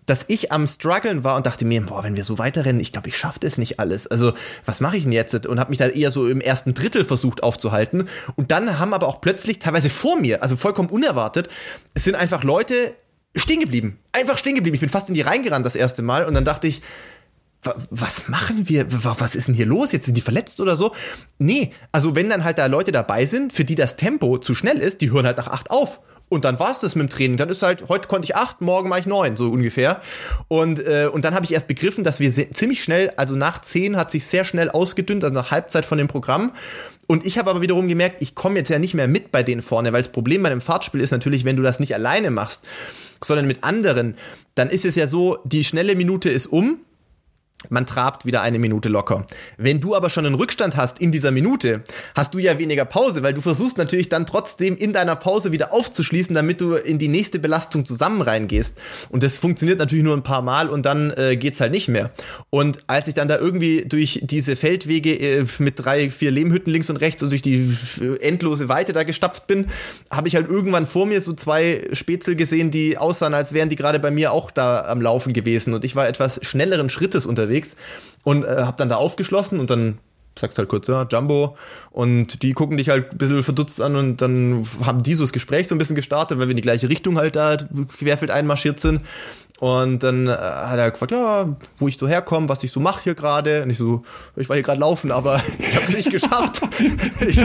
dass ich am struggeln war und dachte mir, boah, wenn wir so weiterrennen, ich glaube, ich schaffe das nicht alles. Also, was mache ich denn jetzt? Und habe mich da eher so im ersten Drittel versucht aufzuhalten. Und dann haben aber auch plötzlich, teilweise vor mir, also vollkommen unerwartet, es sind einfach Leute stehen geblieben. Einfach stehen geblieben. Ich bin fast in die reingerannt das erste Mal und dann dachte ich, was machen wir? Was ist denn hier los? Jetzt sind die verletzt oder so? Nee, also wenn dann halt da Leute dabei sind, für die das Tempo zu schnell ist, die hören halt nach 8 auf. Und dann war es das mit dem Training. Dann ist halt, heute konnte ich 8, morgen mache ich 9, so ungefähr. Und dann habe ich erst begriffen, dass wir ziemlich schnell, also nach 10 hat sich sehr schnell ausgedünnt, also nach Halbzeit von dem Programm. Und ich habe aber wiederum gemerkt, ich komme jetzt ja nicht mehr mit bei denen vorne, weil das Problem bei einem Fahrtspiel ist natürlich, wenn du das nicht alleine machst, sondern mit anderen, dann ist es ja so, die schnelle Minute ist um, man trabt wieder 1 Minute locker. Wenn du aber schon einen Rückstand hast in dieser Minute, hast du ja weniger Pause, weil du versuchst natürlich dann trotzdem in deiner Pause wieder aufzuschließen, damit du in die nächste Belastung zusammen reingehst. Und das funktioniert natürlich nur ein paar Mal und dann geht's halt nicht mehr. Und als ich dann da irgendwie durch diese Feldwege mit 3, 4 Lehmhütten links und rechts und durch die endlose Weite da gestapft bin, habe ich halt irgendwann vor mir so 2 Spätzle gesehen, die aussahen, als wären die gerade bei mir auch da am Laufen gewesen. Und ich war etwas schnelleren Schrittes unterwegs. Und habe dann da aufgeschlossen und dann sagst halt kurz, ja, Jumbo, und die gucken dich halt ein bisschen verdutzt an und dann haben die so das Gespräch so ein bisschen gestartet, weil wir in die gleiche Richtung halt da querfeld einmarschiert sind. Und dann hat er gefragt, ja, wo ich so herkomme, was ich so mache hier gerade. Und ich so, ich war hier gerade laufen, aber ich habe es nicht geschafft. Ich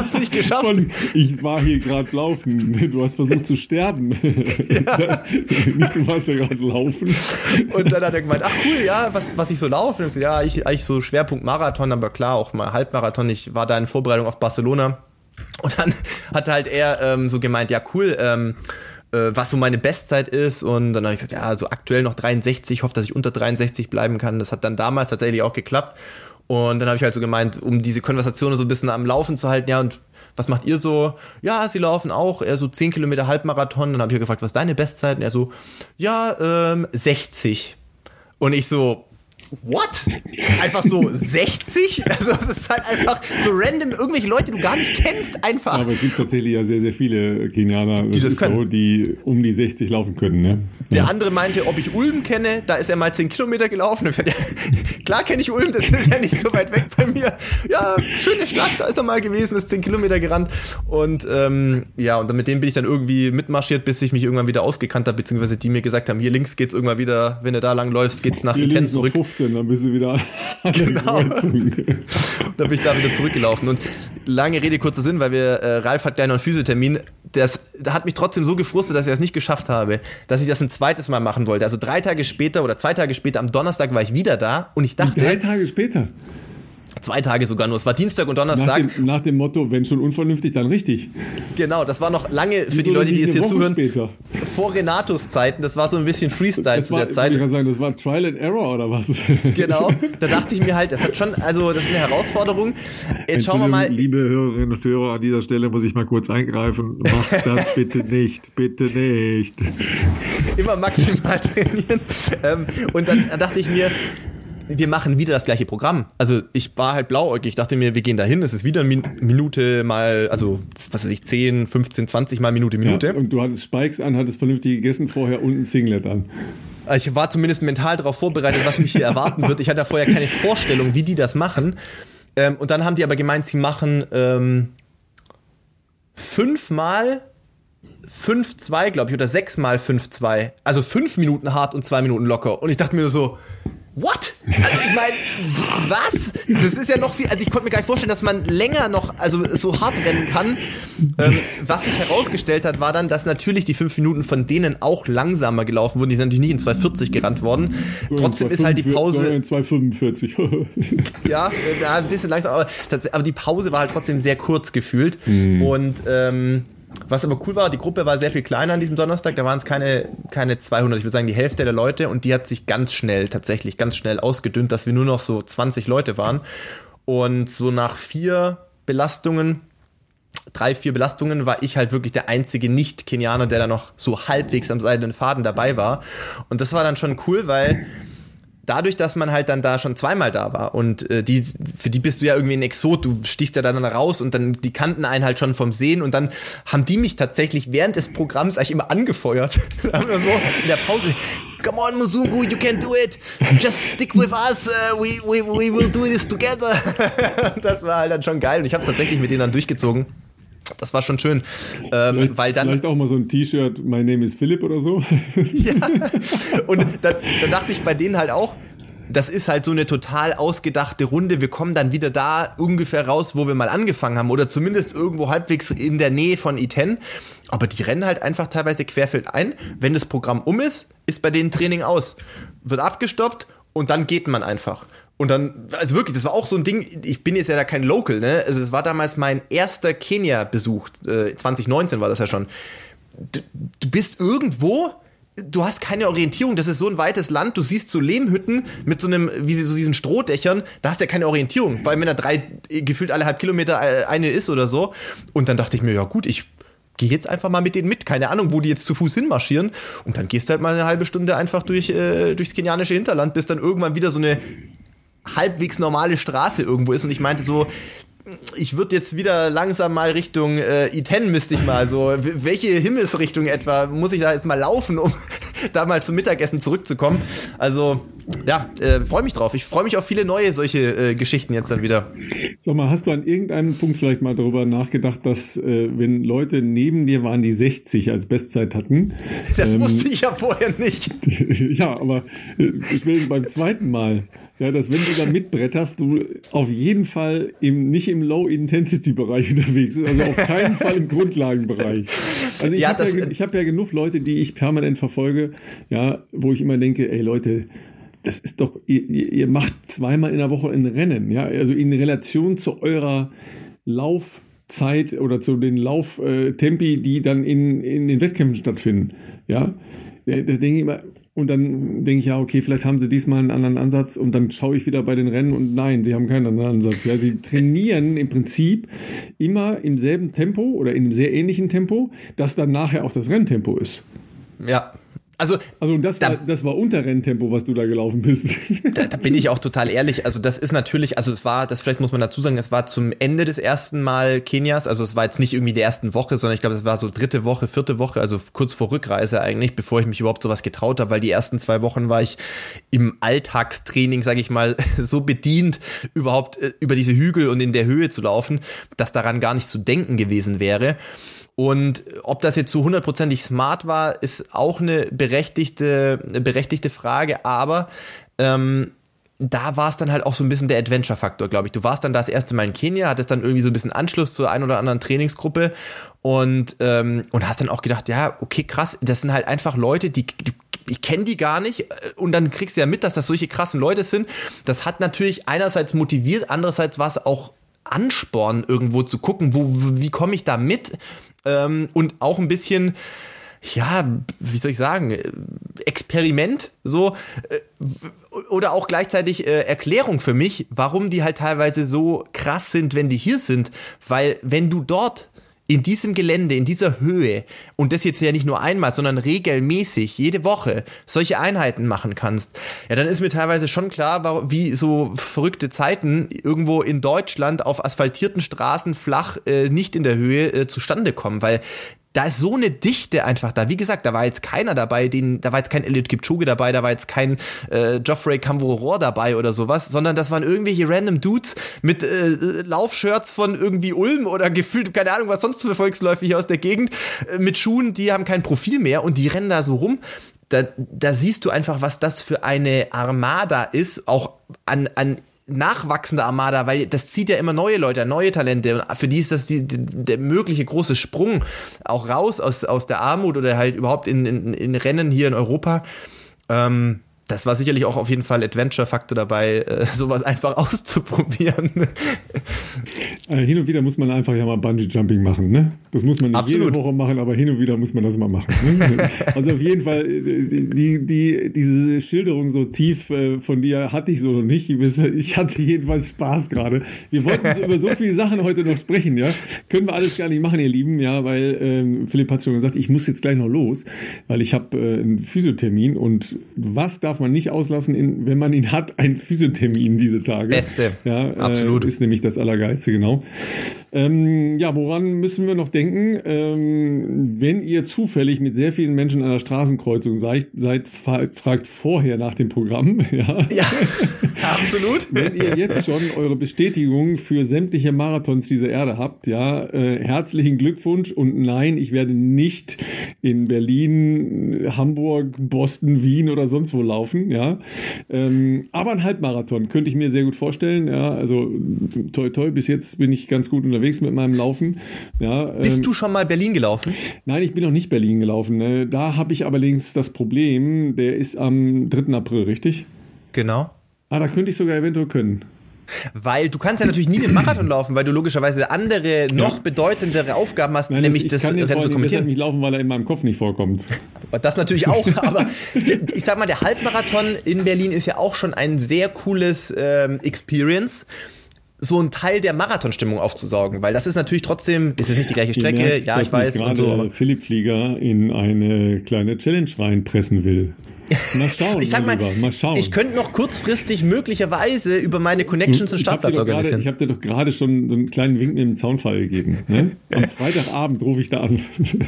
war hier gerade laufen. Du hast versucht zu sterben. Ja. Nicht, du warst ja gerade laufen. Und dann hat er gemeint, ach cool, ja, was ich so laufe. Und ich so, ja, ich eigentlich so Schwerpunkt Marathon, aber klar, auch mal Halbmarathon. Ich war da in Vorbereitung auf Barcelona. Und dann hat halt er so gemeint, ja cool, was so meine Bestzeit ist, und dann habe ich gesagt, ja, so aktuell noch 63, hoffe, dass ich unter 63 bleiben kann. Das hat dann damals tatsächlich auch geklappt. Und dann habe ich halt so gemeint, um diese Konversation so ein bisschen am Laufen zu halten, ja, und was macht ihr so? Ja, sie laufen auch, eher so 10 Kilometer Halbmarathon. Dann habe ich gefragt, was ist deine Bestzeit? Und er so, ja, 60. Und ich so, what? Einfach so 60? Also es ist halt einfach so random, irgendwelche Leute, die du gar nicht kennst, einfach. Aber es gibt tatsächlich ja sehr, sehr viele Kenianer, die das können. So, die um die 60 laufen können. Ne? Der andere meinte, ob ich Ulm kenne, da ist er mal 10 Kilometer gelaufen. Und ich gesagt, ja, klar kenne ich Ulm, das ist ja nicht so weit weg bei mir. Ja, schöne Stadt, da ist er mal gewesen, ist 10 Kilometer gerannt. Und ja, und mit dem bin ich dann irgendwie mitmarschiert, bis ich mich irgendwann wieder ausgekannt habe, beziehungsweise die mir gesagt haben, hier links geht's irgendwann wieder, wenn du da lang läufst, geht's nach Iten zurück. 15, dann bist du wieder genau. Da bin ich da wieder zurückgelaufen. Und lange Rede, kurzer Sinn, weil Ralf hat gleich noch einen Physiothermin. Das hat mich trotzdem so gefrustet, dass ich das nicht geschafft habe, dass ich das ein zweites Mal machen wollte. Also 3 Tage später oder 2 Tage später, am Donnerstag war ich wieder da und ich dachte... 3 Tage später? 2 Tage sogar nur. Es war Dienstag und Donnerstag. Nach dem Motto, wenn schon unvernünftig, dann richtig. Genau, das war noch lange für die Leute, die jetzt hier zuhören. Später? Vor Renatos Zeiten. Das war so ein bisschen Freestyle zu der Zeit. Ich kann sagen, das war Trial and Error oder was? Genau, da dachte ich mir halt, das hat schon, also das ist eine Herausforderung. Jetzt schauen wir mal. Liebe Hörerinnen und Hörer, an dieser Stelle muss ich mal kurz eingreifen. Macht das bitte nicht, bitte nicht. Immer maximal trainieren. Und dann dachte ich mir, wir machen wieder das gleiche Programm. Also ich war halt blauäugig, ich dachte mir, wir gehen da hin, es ist wieder eine Minute mal, also was weiß ich, 10, 15, 20 mal Minute. Ja, und du hattest Spikes an, hattest vernünftig gegessen vorher und ein Singlet an. Ich war zumindest mental darauf vorbereitet, was mich hier erwarten wird. Ich hatte vorher keine Vorstellung, wie die das machen. Und dann haben die aber gemeint, sie machen 5 mal 5-2, glaube ich, oder 6 mal 5-2. Also 5 Minuten hart und 2 Minuten locker. Und ich dachte mir nur so, what? Also ich meine, was? Das ist ja noch viel, also ich konnte mir gar nicht vorstellen, dass man länger noch, also so hart rennen kann. Was sich herausgestellt hat, war dann, dass natürlich die 5 Minuten von denen auch langsamer gelaufen wurden. Die sind natürlich nicht in 2,40 gerannt worden. So trotzdem ist halt die Pause... in 2,45. Ja, ein bisschen langsam, aber die Pause war halt trotzdem sehr kurz gefühlt. Und was aber cool war, die Gruppe war sehr viel kleiner an diesem Donnerstag, da waren es keine 200, ich würde sagen die Hälfte der Leute, und die hat sich tatsächlich ganz schnell ausgedünnt, dass wir nur noch so 20 Leute waren, und so nach 3, 4 Belastungen war ich halt wirklich der einzige Nicht-Kenianer, der da noch so halbwegs am seidenen Faden dabei war, und das war dann schon cool, weil dadurch, dass man halt dann da schon zweimal da war und für die bist du ja irgendwie ein Exot, du stichst ja dann raus und dann die kannten einen halt schon vom Sehen und dann haben die mich tatsächlich während des Programms eigentlich immer angefeuert. Da haben wir so in der Pause, come on Musungu, you can do it, just stick with us, we will do this together. Das war halt dann schon geil und ich habe es tatsächlich mit denen dann durchgezogen. Das war schon schön, weil dann... Vielleicht auch mal so ein T-Shirt, my name is Philipp oder so. Ja, und dann dachte ich bei denen halt auch, das ist halt so eine total ausgedachte Runde, wir kommen dann wieder da ungefähr raus, wo wir mal angefangen haben oder zumindest irgendwo halbwegs in der Nähe von I10, aber die rennen halt einfach teilweise querfeldein, wenn das Programm ist bei denen Training aus, wird abgestoppt und dann geht man einfach. Und dann, also wirklich, das war auch so ein Ding, ich bin jetzt ja da kein Local, ne? Also es war damals mein erster Kenia-Besuch, 2019 war das ja schon. Du bist irgendwo, du hast keine Orientierung, das ist so ein weites Land, du siehst so Lehmhütten mit so einem, wie so diesen Strohdächern, da hast du ja keine Orientierung, vor allem wenn da gefühlt alle halb Kilometer eine ist oder so. Und dann dachte ich mir, ja gut, ich gehe jetzt einfach mal mit denen mit, keine Ahnung, wo die jetzt zu Fuß hinmarschieren. Und dann gehst du halt mal eine halbe Stunde einfach durchs kenianische Hinterland, bis dann irgendwann wieder so eine halbwegs normale Straße irgendwo ist und ich meinte so, ich würde jetzt wieder langsam mal Richtung I10 müsste ich mal so, welche Himmelsrichtung etwa muss ich da jetzt mal laufen, um da mal zum Mittagessen zurückzukommen, also ja, freue mich drauf, ich freue mich auf viele neue solche Geschichten jetzt dann wieder. Sag mal, hast du an irgendeinem Punkt vielleicht mal darüber nachgedacht, dass wenn Leute neben dir waren, die 60 als Bestzeit hatten? Das wusste ich ja vorher nicht. Ja, aber ich will beim zweiten Mal, ja, dass wenn du da mitbretterst, du auf jeden Fall nicht im Low-Intensity-Bereich unterwegs bist, also auf keinen Fall im Grundlagenbereich. Also ich habe ja genug Leute, die ich permanent verfolge, ja, wo ich immer denke, ey Leute, das ist doch, ihr macht zweimal in der Woche ein Rennen, ja, also in Relation zu eurer Laufzeit oder zu den Lauftempi, die dann in den Wettkämpfen stattfinden, ja, da denke ich immer, und dann denke ich, ja, okay, vielleicht haben sie diesmal einen anderen Ansatz und dann schaue ich wieder bei den Rennen und nein, sie haben keinen anderen Ansatz. Ja, sie trainieren im Prinzip immer im selben Tempo oder in einem sehr ähnlichen Tempo, das dann nachher auch das Renntempo ist. Ja. Also das war Unterrenntempo, was du da gelaufen bist. Da bin ich auch total ehrlich. Also das ist natürlich, also vielleicht muss man dazu sagen, es war zum Ende des ersten Mal Kenias. Also es war jetzt nicht irgendwie der ersten Woche, sondern ich glaube, es war so 3. Woche, 4. Woche, also kurz vor Rückreise eigentlich, bevor ich mich überhaupt sowas getraut habe, weil die ersten 2 Wochen war ich im Alltagstraining, sage ich mal, so bedient, überhaupt über diese Hügel und in der Höhe zu laufen, dass daran gar nicht zu denken gewesen wäre. Und ob das jetzt so 100%ig smart war, ist auch eine berechtigte Frage, aber da war es dann halt auch so ein bisschen der Adventure-Faktor, glaube ich. Du warst dann das erste Mal in Kenia, hattest dann irgendwie so ein bisschen Anschluss zur ein oder anderen Trainingsgruppe und hast dann auch gedacht, ja, okay, krass, das sind halt einfach Leute, ich kenne die gar nicht und dann kriegst du ja mit, dass das solche krassen Leute sind. Das hat natürlich einerseits motiviert, andererseits war es auch Ansporn, irgendwo zu gucken, wie komme ich da mit? Und auch ein bisschen, ja, wie soll ich sagen, Experiment so oder auch gleichzeitig Erklärung für mich, warum die halt teilweise so krass sind, wenn die hier sind, weil wenn du dort in diesem Gelände, in dieser Höhe und das jetzt ja nicht nur einmal, sondern regelmäßig, jede Woche solche Einheiten machen kannst, ja, dann ist mir teilweise schon klar, wie so verrückte Zeiten irgendwo in Deutschland auf asphaltierten Straßen flach nicht in der Höhe zustande kommen, weil da ist so eine Dichte einfach da. Wie gesagt, da war jetzt keiner dabei, da war jetzt kein Eliud Kipchoge dabei, da war jetzt kein Geoffrey Kamworor dabei oder sowas, sondern das waren irgendwelche random Dudes mit Laufshirts von irgendwie Ulm oder gefühlt, keine Ahnung, was sonst für Volksläufe hier aus der Gegend, mit Schuhen, die haben kein Profil mehr und die rennen da so rum. Da siehst du einfach, was das für eine Armada ist, auch an nachwachsende Armada, weil das zieht ja immer neue Leute, neue Talente und für die ist das der mögliche große Sprung auch raus aus der Armut oder halt überhaupt in Rennen hier in Europa. Das war sicherlich auch auf jeden Fall Adventure-Faktor dabei, sowas einfach auszuprobieren. Hin und wieder muss man einfach ja mal Bungee-Jumping machen, ne? Das muss man nicht Absolut. Jede Woche machen, aber hin und wieder muss man das mal machen. Ne? Also auf jeden Fall, diese Schilderung so tief von dir hatte ich so noch nicht. Ich hatte jedenfalls Spaß gerade. Wir wollten über so viele Sachen heute noch sprechen, ja? Können wir alles gar nicht machen, ihr Lieben, ja? Weil Philipp hat schon gesagt, ich muss jetzt gleich noch los, weil ich habe einen Physiothermin und was darf darf man nicht auslassen, wenn man ihn hat, einen Physiothermin diese Tage. Beste. Ja, absolut. Ist nämlich das Allergeilste, genau. Woran müssen wir noch denken? Wenn ihr zufällig mit sehr vielen Menschen an der Straßenkreuzung seid, fragt vorher nach dem Programm. Ja, absolut. Wenn ihr jetzt schon eure Bestätigung für sämtliche Marathons dieser Erde habt, herzlichen Glückwunsch und nein, ich werde nicht in Berlin, Hamburg, Boston, Wien oder sonst wo laufen, ja. Aber ein Halbmarathon könnte ich mir sehr gut vorstellen, ja. Also toi toi, bis jetzt bin ich ganz gut unterwegs mit meinem Laufen. Ja, bist du schon mal Berlin gelaufen? Nein, ich bin noch nicht Berlin gelaufen. Ne? Da habe ich allerdings das Problem, der ist am 3. April, richtig? Genau. Da könnte ich sogar eventuell können. Weil du kannst ja natürlich nie den Marathon laufen, weil du logischerweise andere, noch bedeutendere Aufgaben hast, nämlich das Rennen zu kommentieren. deshalb nicht laufen, weil er in meinem Kopf nicht vorkommt. Das natürlich auch, aber ich sag mal, der Halbmarathon in Berlin ist ja auch schon ein sehr cooles Experience, so ein Teil der Marathonstimmung aufzusaugen, weil das ist natürlich trotzdem, ist nicht die gleiche Strecke, merkt, ja, ich weiß. Und so. Aber Philipp Flieger in eine kleine Challenge reinpressen will. Mal schauen, ich sag mal schauen. Ich könnte noch kurzfristig möglicherweise über meine Connections einen Startplatz organisieren. Ich habe dir doch gerade schon so einen kleinen Wink mit dem Zaunfall gegeben. Ne? Am Freitagabend rufe ich da an.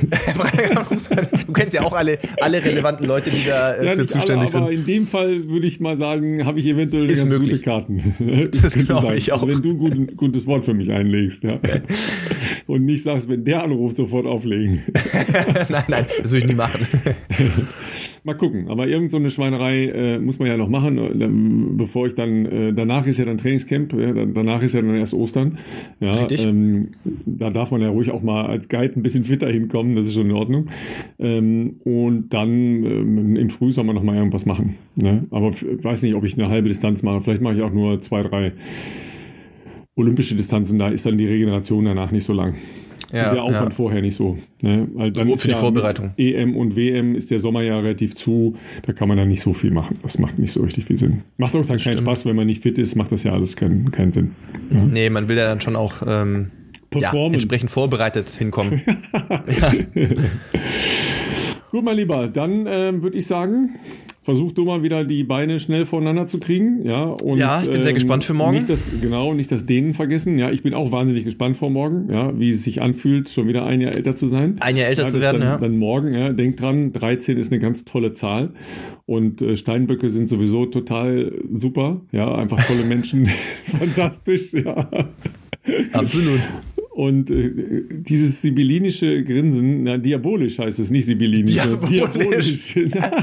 Du kennst ja auch alle relevanten Leute, die da für zuständig sind. Aber in dem Fall würde ich mal sagen, habe ich eventuell ganz gute Karten. Das glaube ich auch. Also wenn du ein gutes Wort für mich einlegst. Ja. Und nicht sagst, wenn der anruft, sofort auflegen. Nein, das würde ich nie machen. Mal gucken, aber irgend so eine Schweinerei muss man ja noch machen, bevor ich dann, danach ist ja dann Trainingscamp, danach ist ja dann erst Ostern. Ja, richtig. Da darf man ja ruhig auch mal als Guide ein bisschen fitter hinkommen, das ist schon in Ordnung. Und dann im Frühsommer noch mal irgendwas machen. Ne? Aber ich weiß nicht, ob ich eine halbe Distanz mache, vielleicht mache ich auch nur 2, 3 olympische Distanzen, da ist dann die Regeneration danach nicht so lang. Ja, der Aufwand vorher nicht so. Ne? Weil dann ist für die Vorbereitung. EM und WM ist der Sommer ja relativ zu, da kann man dann nicht so viel machen. Das macht nicht so richtig viel Sinn. Macht auch dann keinen Spaß, wenn man nicht fit ist, macht das ja alles keinen Sinn. Ja? Nee, man will ja dann schon auch entsprechend vorbereitet hinkommen. Gut, mein Lieber, dann würde ich sagen, versuch du mal wieder die Beine schnell voneinander zu kriegen. Ja, ich bin sehr gespannt für morgen. Nicht das Dehnen vergessen. Ja, ich bin auch wahnsinnig gespannt vor morgen, ja, wie es sich anfühlt, schon wieder ein Jahr älter zu sein. Ein Jahr älter zu werden, dann morgen, ja. Denk dran, 13 ist eine ganz tolle Zahl. Und Steinböcke sind sowieso total super. Ja, einfach tolle Menschen. Fantastisch, ja. Absolut. Und dieses sibyllinische Grinsen, diabolisch heißt es, nicht sibyllinisch. Diabolisch.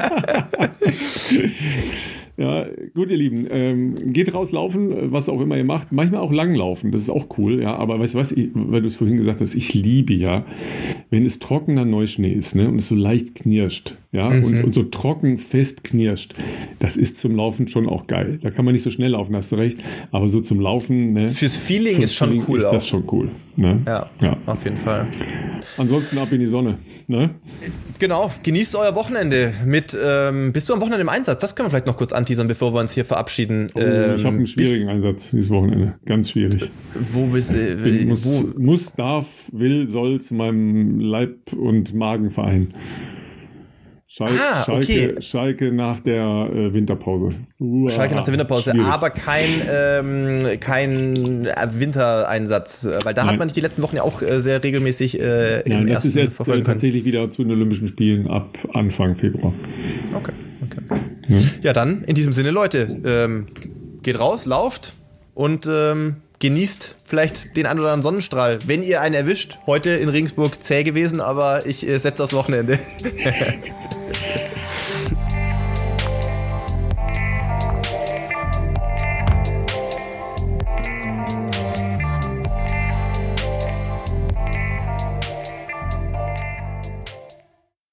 Ja, gut, ihr Lieben, geht raus laufen, was auch immer ihr macht, manchmal auch lang laufen, das ist auch cool, ja, aber weißt du was, weil du es vorhin gesagt hast, ich liebe ja, wenn es trockener Neuschnee ist, ne, und es so leicht knirscht, ja, und so trocken fest knirscht, das ist zum Laufen schon auch geil. Da kann man nicht so schnell laufen, hast du recht, aber so zum Laufen, ne, fürs Feeling ist schon cool. Ist das schon cool, ne? Ja, auf jeden Fall. Ansonsten ab in die Sonne, ne? Genau, genießt euer Wochenende mit, bist du am Wochenende im Einsatz? Das können wir vielleicht noch kurz anteasern, bevor wir uns hier verabschieden. Ich habe einen schwierigen Einsatz dieses Wochenende, ganz schwierig. Wo bist du? Muss, darf, will, soll zu meinem Leib- und Magenverein. Schalke nach der Winterpause. Schalke nach der Winterpause, schwierig. Aber kein Wintereinsatz, weil da hat man die letzten Wochen ja auch sehr regelmäßig Nein, das ist erst tatsächlich wieder zu den Olympischen Spielen ab Anfang Februar. Okay. Ja, dann in diesem Sinne, Leute, geht raus, lauft und genießt vielleicht den ein oder anderen Sonnenstrahl, wenn ihr einen erwischt. Heute in Regensburg zäh gewesen, aber ich setze aufs Wochenende.